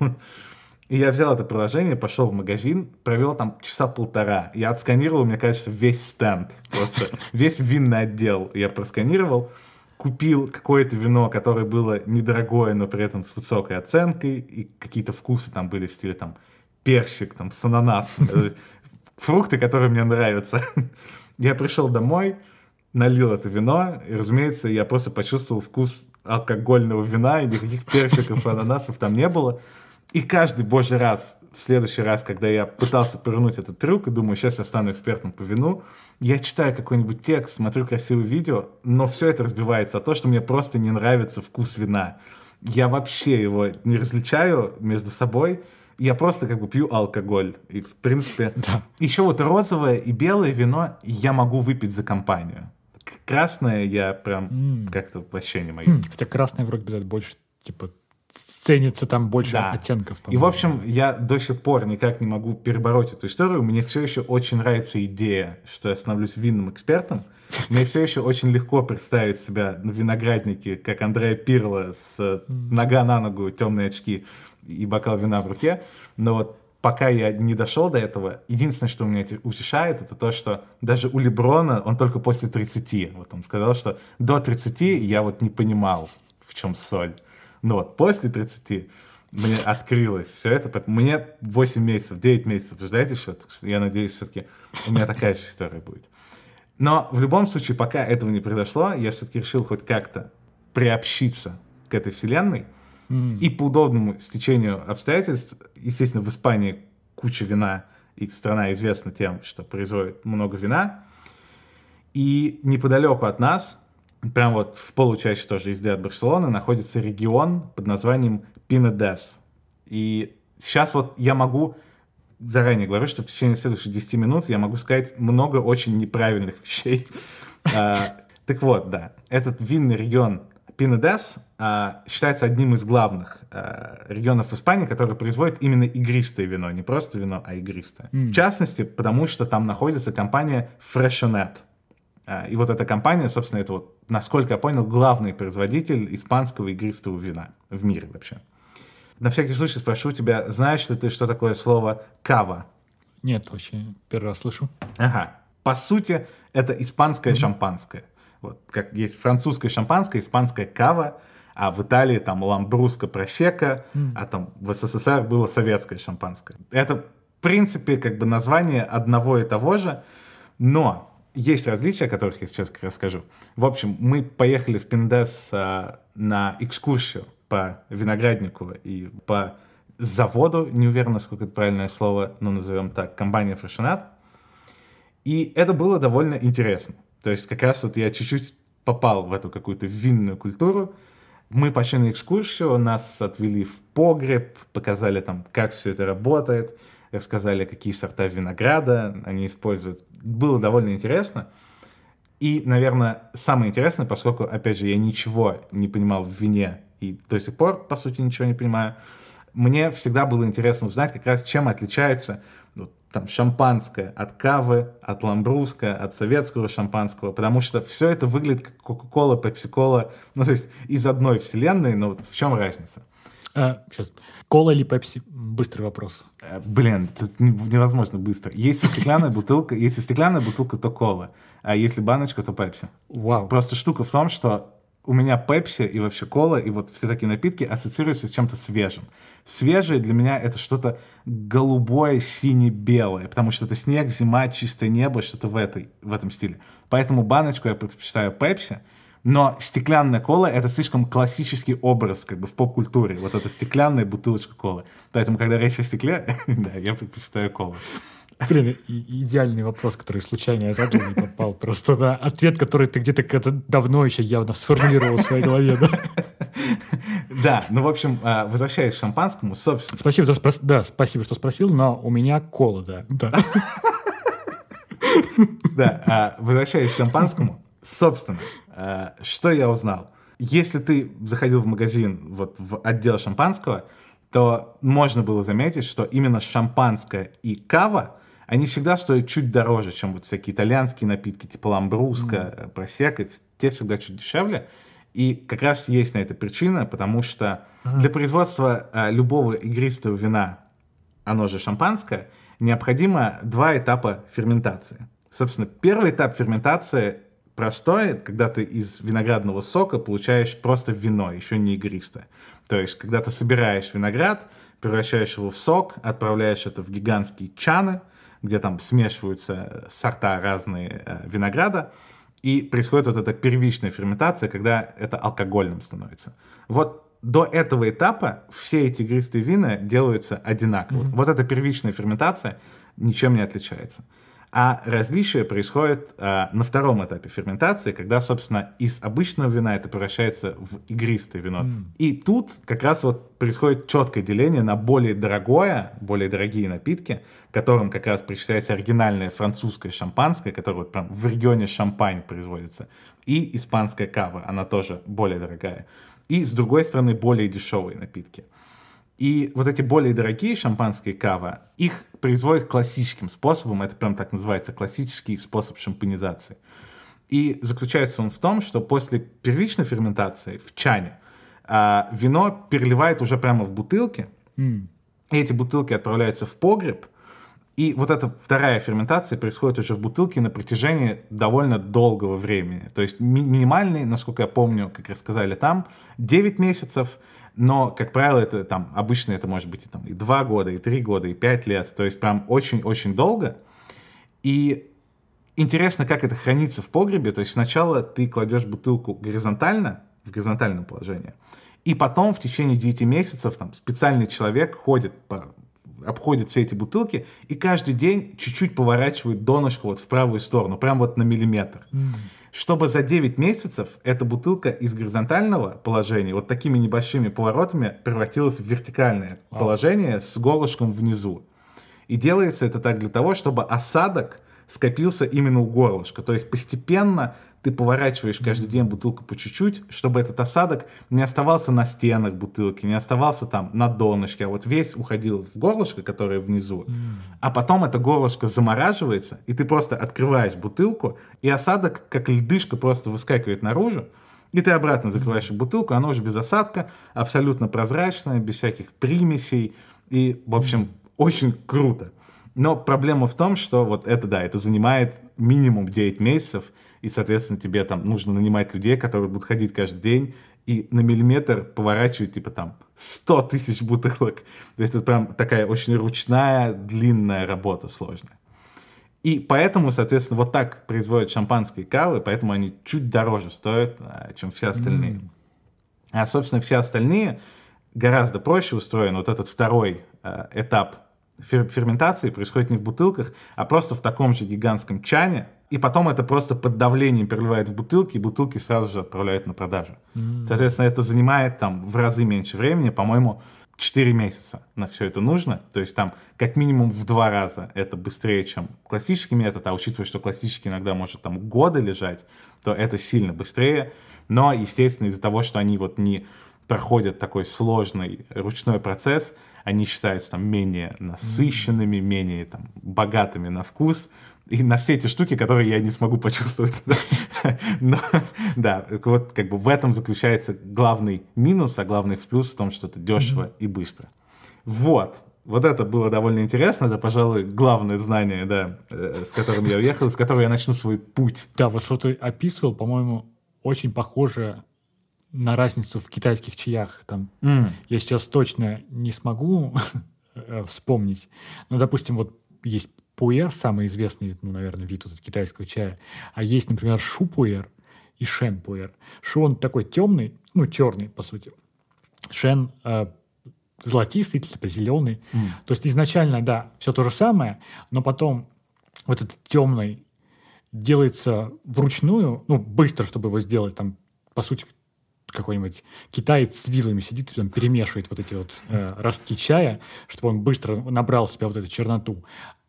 И я взял это приложение, пошел в магазин, провел там часа полтора. Я отсканировал, мне кажется, весь стенд. Просто весь винный отдел я просканировал. Купил какое-то вино, которое было недорогое, но при этом с высокой оценкой. И какие-то вкусы там были в стиле там персик, там, с ананасом. Фрукты, которые мне нравятся. Я пришел домой, налил это вино, и, разумеется, я просто почувствовал вкус алкогольного вина, и никаких персиков и ананасов там не было. И каждый божий раз, в следующий раз, когда я пытался повернуть этот трюк, и думаю, сейчас я стану экспертом по вину, я читаю какой-нибудь текст, смотрю красивое видео, но все это разбивается о том, что мне просто не нравится вкус вина. Я вообще его не различаю между собой. Я просто как бы пью алкоголь. И, в принципе, да. Еще вот розовое и белое вино я могу выпить за компанию. Красное я прям mm. как-то вообще не могу. Mm. Хотя красное вроде бы больше, типа, ценится там больше да. оттенков. По-моему. И, в общем, я до сих пор никак не могу перебороть эту историю. Мне все еще очень нравится идея, что я становлюсь винным экспертом. Мне все еще очень легко представить себя на винограднике, как Андреа Пирло с mm. нога на ногу, темные очки и бокал вина в руке, но вот пока я не дошел до этого, единственное, что меня утешает, это то, что даже у Леброна он только после тридцати. Вот он сказал, что до тридцати я вот не понимал, в чем соль. Но вот после тридцати мне открылось все это. Мне восемь месяцев, девять месяцев ждать еще. Так что я надеюсь, все-таки у меня такая же история будет. Но в любом случае, пока этого не произошло, я все-таки решил хоть как-то приобщиться к этой вселенной. Mm. И по удобному стечению обстоятельств, естественно, в Испании куча вина, и страна известна тем, что производит много вина. И неподалеку от нас, прям вот в получасе тоже езды от Барселоны, находится регион под названием Пинедес. И сейчас вот я могу, заранее говорю, что в течение следующих десяти минут я могу сказать много очень неправильных вещей. Так вот, да, этот винный регион Пинедес а, считается одним из главных а, регионов Испании, который производит именно игристое вино. Не просто вино, а игристое. Mm. В частности, потому что там находится компания Freixenet. А, и вот эта компания, собственно, это вот, насколько я понял, главный производитель испанского игристого вина в мире вообще. На всякий случай спрошу тебя, знаешь ли ты, что такое слово «кава»? Нет, вообще первый раз слышу. Ага. По сути, это испанское mm-hmm. шампанское. Вот, как есть французское шампанское, испанская кава, а в Италии там ламбруска просека, mm. а там в СССР было советское шампанское. Это, в принципе, как бы название одного и того же, но есть различия, о которых я сейчас расскажу. В общем, мы поехали в Пиндес а, на экскурсию по винограднику и по заводу, не уверен, насколько это правильное слово, но назовем так, компания Фрешенат. И это было довольно интересно. То есть как раз вот я чуть-чуть попал в эту какую-то винную культуру. Мы пошли на экскурсию, нас отвели в погреб, показали там, как все это работает, рассказали, какие сорта винограда они используют. Было довольно интересно. И, наверное, самое интересное, поскольку, опять же, я ничего не понимал в вине и до сих пор, по сути, ничего не понимаю, мне всегда было интересно узнать, как раз чем отличается ну, там, шампанское от кавы, от ламбруско, от советского шампанского, потому что все это выглядит как Кока-кола, Пепси-кола, ну, то есть из одной вселенной, но в чем разница? А, сейчас. Кола или Пепси? Быстрый вопрос. Блин, тут невозможно быстро. Если стеклянная бутылка, если стеклянная бутылка, то кола, а если баночка, то Пепси. Вау. Просто штука в том, что у меня Пепси и вообще кола, и вот все такие напитки ассоциируются с чем-то свежим. Свежее для меня это что-то голубое, сине-белое, потому что это снег, зима, чистое небо, что-то в, этой, в этом стиле. Поэтому баночку я предпочитаю Пепси, но стеклянная кола — это слишком классический образ как бы в поп-культуре. Вот эта стеклянная бутылочка колы. Поэтому, когда речь о стекле, да, я предпочитаю колу. Блин, и- идеальный вопрос, который случайно я задал, не попал. Просто, да, ответ, который ты где-то когда-то давно еще явно сформулировал в своей голове, да? Да, ну, в общем, а, возвращаясь к шампанскому, собственно... Спасибо, что спрос- да, спасибо, что спросил, но у меня кола, да. Да, Да, а, возвращаясь к шампанскому, собственно, а, что я узнал? Если ты заходил в магазин, вот в отдел шампанского, то можно было заметить, что именно шампанское и кава, они всегда стоят чуть дороже, чем вот всякие итальянские напитки, типа ламбруско, mm. просекко, те всегда чуть дешевле. И как раз есть на это причина, потому что mm. для производства а, любого игристого вина, оно же шампанское, необходимо два этапа ферментации. Собственно, первый этап ферментации простой, когда ты из виноградного сока получаешь просто вино, еще не игристое. То есть, когда ты собираешь виноград, превращаешь его в сок, отправляешь это в гигантские чаны, где там смешиваются сорта разные э, винограда, и происходит вот эта первичная ферментация, когда это алкогольным становится. Вот до этого этапа все эти игристые вина делаются одинаково. Mm-hmm. Вот эта первичная ферментация ничем не отличается. А различие происходит а, на втором этапе ферментации, когда, собственно, из обычного вина это превращается в игристое вино. Mm. И тут как раз вот происходит четкое деление на более дорогое, более дорогие напитки, к которым как раз причисляется оригинальное французское шампанское, которое вот прям в регионе Шампань производится, и испанская кава, она тоже более дорогая. И, с другой стороны, более дешевые напитки. И вот эти более дорогие шампанские кава, их производят классическим способом, это прям так называется, классический способ шампанизации. И заключается он в том, что после первичной ферментации в чане а, вино переливают уже прямо в бутылки, mm. и эти бутылки отправляются в погреб, и вот эта вторая ферментация происходит уже в бутылке на протяжении довольно долгого времени. То есть ми- минимальный, насколько я помню, как рассказали там, девять месяцев, но, как правило, это там обычно это может быть и, там, и два года, и три года, и пять лет. То есть прям очень-очень долго. И интересно, как это хранится в погребе. То есть сначала ты кладешь бутылку горизонтально, в горизонтальном положении, и потом в течение девяти месяцев там, специальный человек ходит по обходит все эти бутылки и каждый день чуть-чуть поворачивает донышко вот в правую сторону, прям вот на миллиметр. Mm. Чтобы за девять месяцев эта бутылка из горизонтального положения вот такими небольшими поворотами превратилась в вертикальное wow. положение с горлышком внизу. И делается это так для того, чтобы осадок скопился именно у горлышка. То есть постепенно ты поворачиваешь каждый день бутылку по чуть-чуть, чтобы этот осадок не оставался на стенах бутылки, не оставался там на донышке, а вот весь уходил в горлышко, которое внизу. Mm. А потом это горлышко замораживается, и ты просто открываешь бутылку, и осадок, как льдышка, просто выскакивает наружу, и ты обратно закрываешь mm. бутылку, она уже без осадка, абсолютно прозрачная, без всяких примесей, и, в общем, mm. очень круто. Но проблема в том, что вот это, да, это занимает минимум девять месяцев, и, соответственно, тебе там нужно нанимать людей, которые будут ходить каждый день и на миллиметр поворачивать, типа, там, сто тысяч бутылок. То есть это прям такая очень ручная, длинная работа, сложная. И поэтому, соответственно, вот так производят шампанское и кавы, поэтому они чуть дороже стоят, чем все остальные. Mm. А, собственно, все остальные гораздо проще устроены. Вот этот второй э, этап фер- ферментации происходит не в бутылках, а просто в таком же гигантском чане. И потом это просто под давлением переливают в бутылки, и бутылки сразу же отправляют на продажу. Mm. Соответственно, это занимает там в разы меньше времени, по-моему, четыре месяца на все это нужно. То есть там как минимум в два раза это быстрее, чем классический метод. А учитывая, что классический иногда может там годы лежать, то это сильно быстрее. Но, естественно, из-за того, что они вот не проходят такой сложный ручной процесс, они считаются там менее насыщенными, менее там богатыми на вкус. И на все эти штуки, которые я не смогу почувствовать. Но, да, вот как бы в этом заключается главный минус, а главный плюс в том, что это дешево mm-hmm. и быстро. Вот. Вот это было довольно интересно. Это, пожалуй, главное знание, да, с которым я уехал, с которого я начну свой путь. Да, вот что ты описывал, по-моему, очень похоже на разницу в китайских чаях. Там, mm. Я сейчас точно не смогу вспомнить. Но, допустим, вот есть пуэр, самый известный, ну, наверное, вид вот китайского чая. А есть, например, шу-пуэр и шен-пуэр. Шу, он такой темный, ну, черный, по сути. Шен э, золотистый, типа зеленый. Mm. То есть изначально, да, все то же самое, но потом вот этот темный делается вручную, ну, быстро, чтобы его сделать, там, по сути, какой-нибудь китаец с вилами сидит и там перемешивает вот эти вот э, ростки чая, чтобы он быстро набрал в себя вот эту черноту.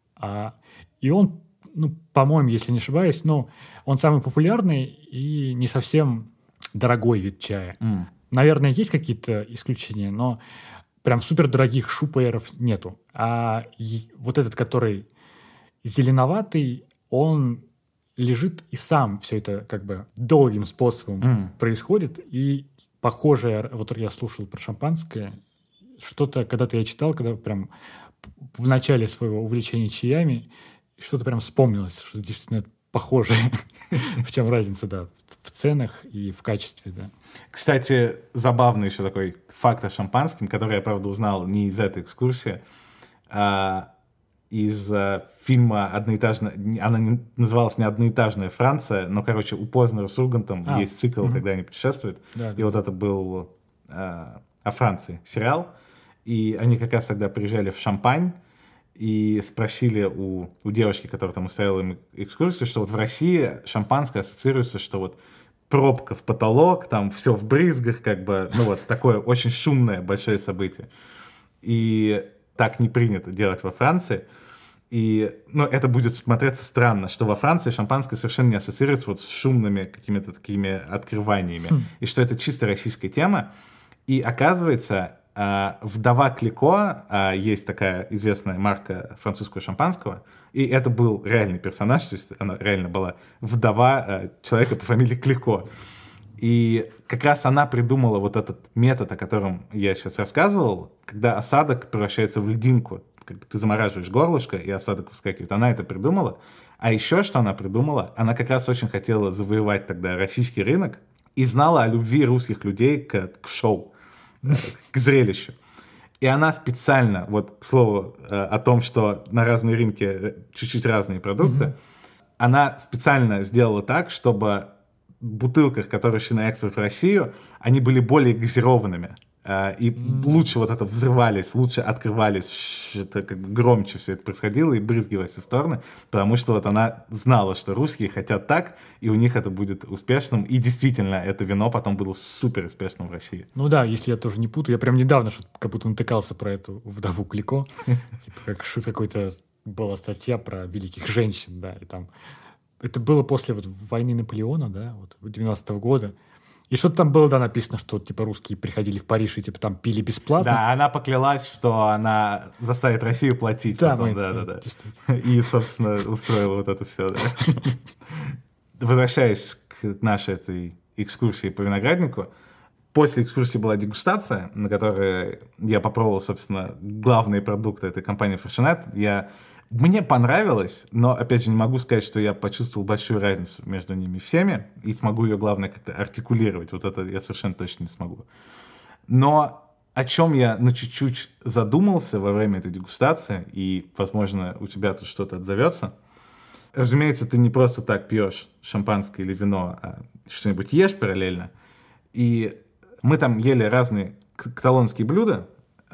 А, и он, ну, по-моему, если не ошибаюсь, ну, он самый популярный и не совсем дорогой вид чая. Mm. Наверное, есть какие-то исключения, но прям супердорогих шу-пуэров нету. А и, вот этот, который зеленоватый, он лежит и сам все это как бы долгим способом mm. происходит. И похожее, вот я слушал про шампанское, что-то когда-то я читал, когда прям в начале своего увлечения чаями что-то прям вспомнилось, что действительно это похоже. В чем разница, да, в ценах и в качестве, да. Кстати, забавный еще такой факт о шампанском, который я, правда, узнал не из этой экскурсии, а из а, фильма «Одноэтажная», она не, называлась не «Одноэтажная Франция», но, короче, у Познера с Ургантом а, есть цикл, угу. когда они путешествуют, да, и да. вот это был а, о Франции сериал, и они как раз тогда приезжали в Шампань и спросили у, у девушки, которая там устраивала им экскурсию, что вот в России шампанское ассоциируется, что вот пробка в потолок, там все в брызгах, как бы, ну вот такое очень шумное большое событие. И так не принято делать во Франции. И, ну, это будет смотреться странно, что во Франции шампанское совершенно не ассоциируется вот с шумными какими-то такими открываниями. Хм. И что это чисто российская тема. И оказывается, вдова Клико, есть такая известная марка французского шампанского, и это был реальный персонаж, то есть она реально была вдова человека по фамилии Клико. И как раз она придумала вот этот метод, о котором я сейчас рассказывал, когда осадок превращается в льдинку. Как бы ты замораживаешь горлышко, и осадок выскакивает. Она это придумала. А еще что она придумала? Она как раз очень хотела завоевать тогда российский рынок и знала о любви русских людей к, к шоу, к зрелищу. И она специально, вот к слову о том, что на разные рынки чуть-чуть разные продукты, mm-hmm. она специально сделала так, чтобы в бутылках, которые шли на экспорт в Россию, они были более газированными. И mm. лучше вот это взрывались, лучше открывались, это как бы громче все это происходило и брызги во все стороны, потому что вот она знала, что русские хотят так, и у них это будет успешным. И действительно, это вино потом было супер успешным в России. Ну да, если я тоже не путаю, я прям недавно что-то как будто натыкался про эту вдову Клико. Типа как что какой-то была статья про великих женщин, да, и там это было после вот войны Наполеона, да, вот девяностого года. И что-то там было, да, написано, что, типа, русские приходили в Париж и, типа, там пили бесплатно. Да, она поклялась, что она заставит Россию платить да, потом, мы, да, да, да, да. И, собственно, устроила вот это все, да. Возвращаясь к нашей этой экскурсии по винограднику, после экскурсии была дегустация, на которой я попробовал, собственно, главные продукты этой компании Freixenet. Я... Мне понравилось, но, опять же, не могу сказать, что я почувствовал большую разницу между ними всеми, и смогу ее, главное, как-то артикулировать. Вот это я совершенно точно не смогу. Но о чем я на чуть-чуть задумался во время этой дегустации, и, возможно, у тебя тут что-то отзовется, Разумеется, ты не просто так пьешь шампанское или вино, а что-нибудь ешь параллельно. И мы там ели разные каталонские блюда,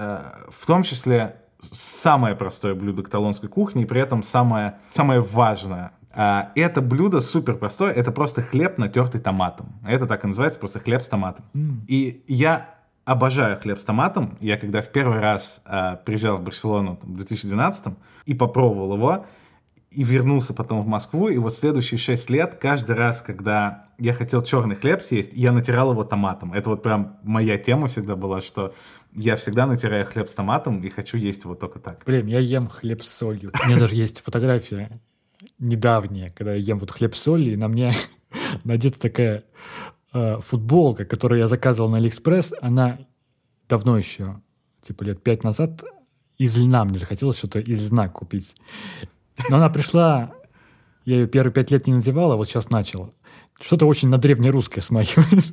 в том числе самое простое блюдо каталонской кухни, и при этом самое, самое важное. Это блюдо супер простое, это просто хлеб, натертый томатом. Это так и называется, просто хлеб с томатом. Mm. И я обожаю хлеб с томатом. Я когда в первый раз а, приезжал в Барселону там, в две тысячи двенадцатом и попробовал его, и вернулся потом в Москву, и вот следующие шесть лет, каждый раз, когда я хотел черный хлеб съесть, я натирал его томатом. Это вот прям моя тема всегда была, что я всегда натираю хлеб с томатом и хочу есть его только так. Блин, я ем хлеб с солью. У меня даже есть фотография недавняя, когда я ем вот хлеб с солью, и на мне надета такая э, футболка, которую я заказывал на Алиэкспресс. Она давно еще, типа лет пять назад, из льна. Мне захотелось что-то из льна купить. Но она пришла, я ее первые пять лет не надевала, вот сейчас начала. Что-то очень на древнерусское смахивает.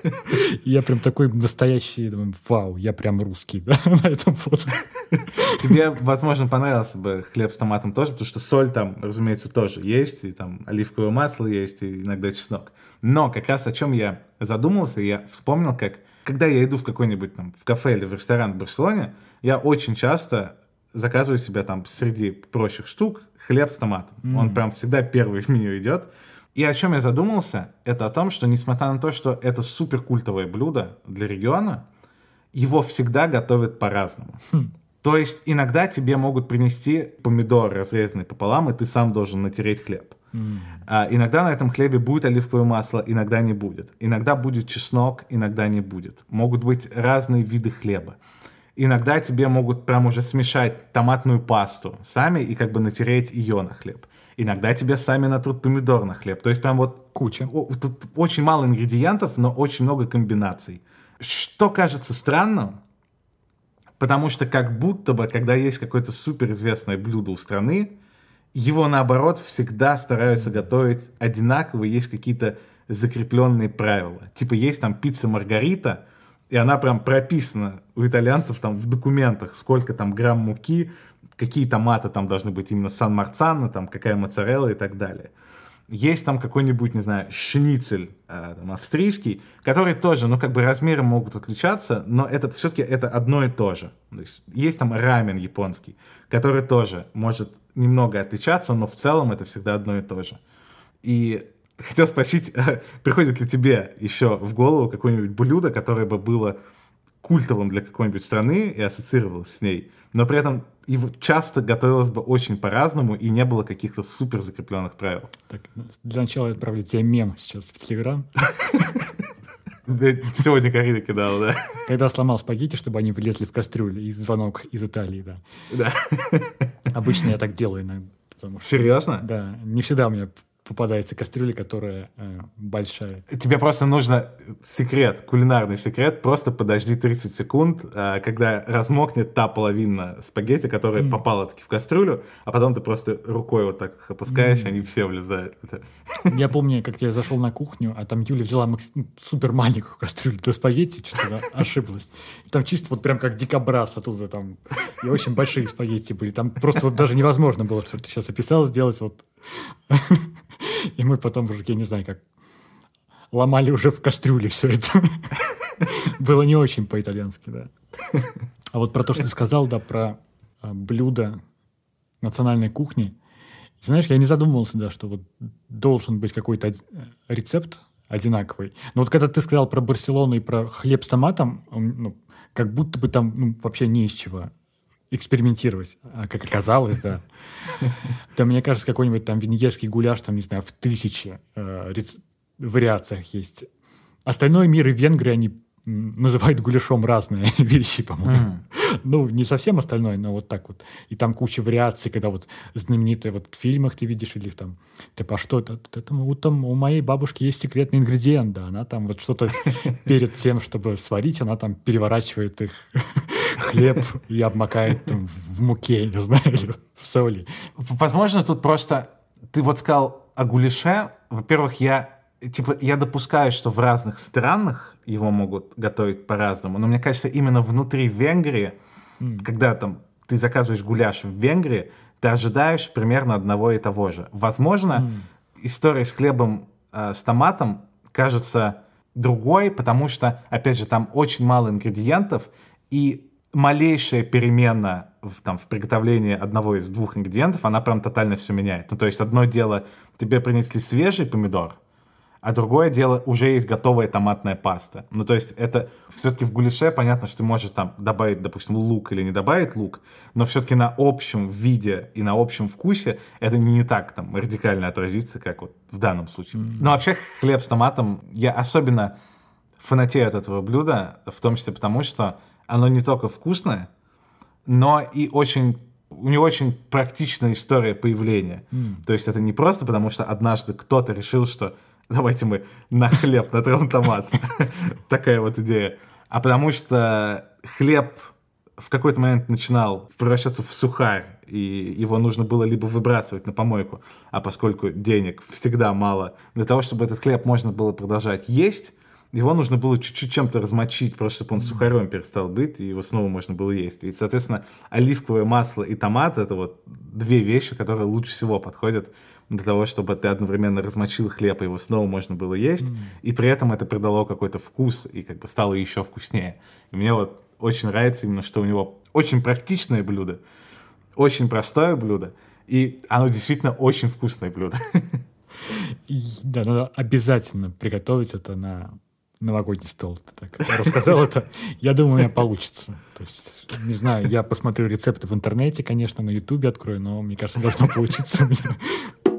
Я прям такой настоящий, думаю, вау, я прям русский, да, на этом фото. Тебе, возможно, понравился бы хлеб с томатом тоже, потому что соль там, разумеется, тоже есть, и там оливковое масло есть, и иногда чеснок. Но как раз о чем я задумался, я вспомнил, как, когда я иду в какой-нибудь там в кафе или в ресторан в Барселоне, я очень часто заказываю себе там среди прочих штук хлеб с томатом. Mm. Он прям всегда первый в меню идет. И о чем я задумался, это о том, что несмотря на то, что это суперкультовое блюдо для региона, его всегда готовят по-разному. Mm. То есть иногда тебе могут принести помидор, разрезанный пополам, и ты сам должен натереть хлеб. Mm. А иногда на этом хлебе будет оливковое масло, иногда не будет. Иногда будет чеснок, иногда не будет. Могут быть разные виды хлеба. Иногда тебе могут прям уже смешать томатную пасту сами и как бы натереть ее на хлеб. Иногда тебе сами натрут помидор на хлеб. То есть прям вот куча. Тут очень мало ингредиентов, но очень много комбинаций. Что кажется странным, потому что как будто бы, когда есть какое-то суперизвестное блюдо у страны, его наоборот всегда стараются готовить одинаково, есть какие-то закрепленные правила. Типа есть там пицца Маргарита, и она прям прописана у итальянцев там в документах, сколько там грамм муки, какие томаты там должны быть именно Сан-Марцано, там какая моцарелла и так далее. Есть там какой-нибудь, не знаю, шницель э, там, австрийский, который тоже, ну, как бы размеры могут отличаться, но это все-таки это одно и то же. То есть, есть там рамен японский, который тоже может немного отличаться, но в целом это всегда одно и то же. И хотел спросить, приходит ли тебе еще в голову какое-нибудь блюдо, которое бы было культовым для какой-нибудь страны и ассоциировалось с ней, но при этом его часто готовилось бы очень по-разному и не было каких-то супер закрепленных правил. Так, для начала я отправлю тебе мем сейчас в Телеграм. Сегодня Карина кидала, да. Когда сломал спагетти, чтобы они влезли в кастрюлю, и звонок из Италии, да. Да. Обычно я так делаю иногда. Потому что, серьезно? Да. Не всегда у меня попадается кастрюля, которая э, большая. Тебе просто нужно секрет, кулинарный секрет, просто подожди тридцать секунд, э, когда размокнет та половина спагетти, которая mm. попала таки в кастрюлю, а потом ты просто рукой вот так их опускаешь, mm. они все влезают. Я помню, как я зашел на кухню, а там Юля взяла макс... супер маленькую кастрюлю для спагетти, что-то ошиблась. И там чисто вот прям как дикобраз оттуда там. И очень большие спагетти были. Там просто вот даже невозможно было, что ты сейчас описал, сделать вот... И мы потом уже, я не знаю, как ломали уже в кастрюле все это. Было не очень по-итальянски, да. А вот про то, что ты сказал, да, про а, блюда национальной кухни. Знаешь, я не задумывался, да, что вот должен быть какой-то рецепт одинаковый. Но вот когда ты сказал про Барселону и про хлеб с томатом, ну, как будто бы там ну, вообще не из чего экспериментировать, а как оказалось, да. То, мне кажется, какой-нибудь там венгерский гуляш, там, не знаю, в тысячи э, рец... вариациях есть. Остальной мир и Венгрия, они называют гуляшом разные вещи, по-моему. Mm. Ну, не совсем остальное, но вот так вот. И там куча вариаций, когда вот знаменитые вот в фильмах ты видишь, или там, типа, а что это? это вот там у моей бабушки есть секретный ингредиент, да, она там вот что-то перед тем, чтобы сварить, она там переворачивает их хлеб и обмакает там в муке, не знаю, или в соли. Возможно, тут просто... Ты вот сказал о гуляше. Во-первых, я... Типа, я допускаю, что в разных странах его могут готовить по-разному, но мне кажется, именно внутри Венгрии, mm. когда там ты заказываешь гуляш в Венгрии, ты ожидаешь примерно одного и того же. Возможно, mm. история с хлебом э, с томатом кажется другой, потому что, опять же, там очень мало ингредиентов, и малейшая перемена в, там, в приготовлении одного из двух ингредиентов, она прям тотально все меняет. Ну, то есть одно дело, тебе принесли свежий помидор, а другое дело, уже есть готовая томатная паста. Ну, то есть это все-таки в гуляше понятно, что ты можешь там добавить, допустим, лук или не добавить лук, но все-таки на общем виде и на общем вкусе это не так там радикально отразится, как вот в данном случае. Mm-hmm. Но вообще хлеб с томатом, я особенно фанатею от этого блюда, в том числе потому, что оно не только вкусное, но и очень... У него очень практичная история появления. Mm. То есть это не просто потому, что однажды кто-то решил, что давайте мы на хлеб натрем томат. Такая вот идея. А потому что хлеб в какой-то момент начинал превращаться в сухарь, и его нужно было либо выбрасывать на помойку, а поскольку денег всегда мало, для того, чтобы этот хлеб можно было продолжать есть, его нужно было чуть-чуть чем-то размочить, просто чтобы он сухарем перестал быть, и его снова можно было есть. И, соответственно, оливковое масло и томат — это вот две вещи, которые лучше всего подходят для того, чтобы ты одновременно размочил хлеб, и его снова можно было есть, mm. и при этом это придало какой-то вкус, и как бы стало еще вкуснее. И мне вот очень нравится именно, что у него очень практичное блюдо, очень простое блюдо, и оно действительно очень вкусное блюдо. Да, надо обязательно приготовить это на новогодний стол. Ты так рассказал это. Я думаю, у меня получится. То есть, не знаю, я посмотрю рецепты в интернете, конечно, на Ютубе открою, но мне кажется, должно получиться у меня.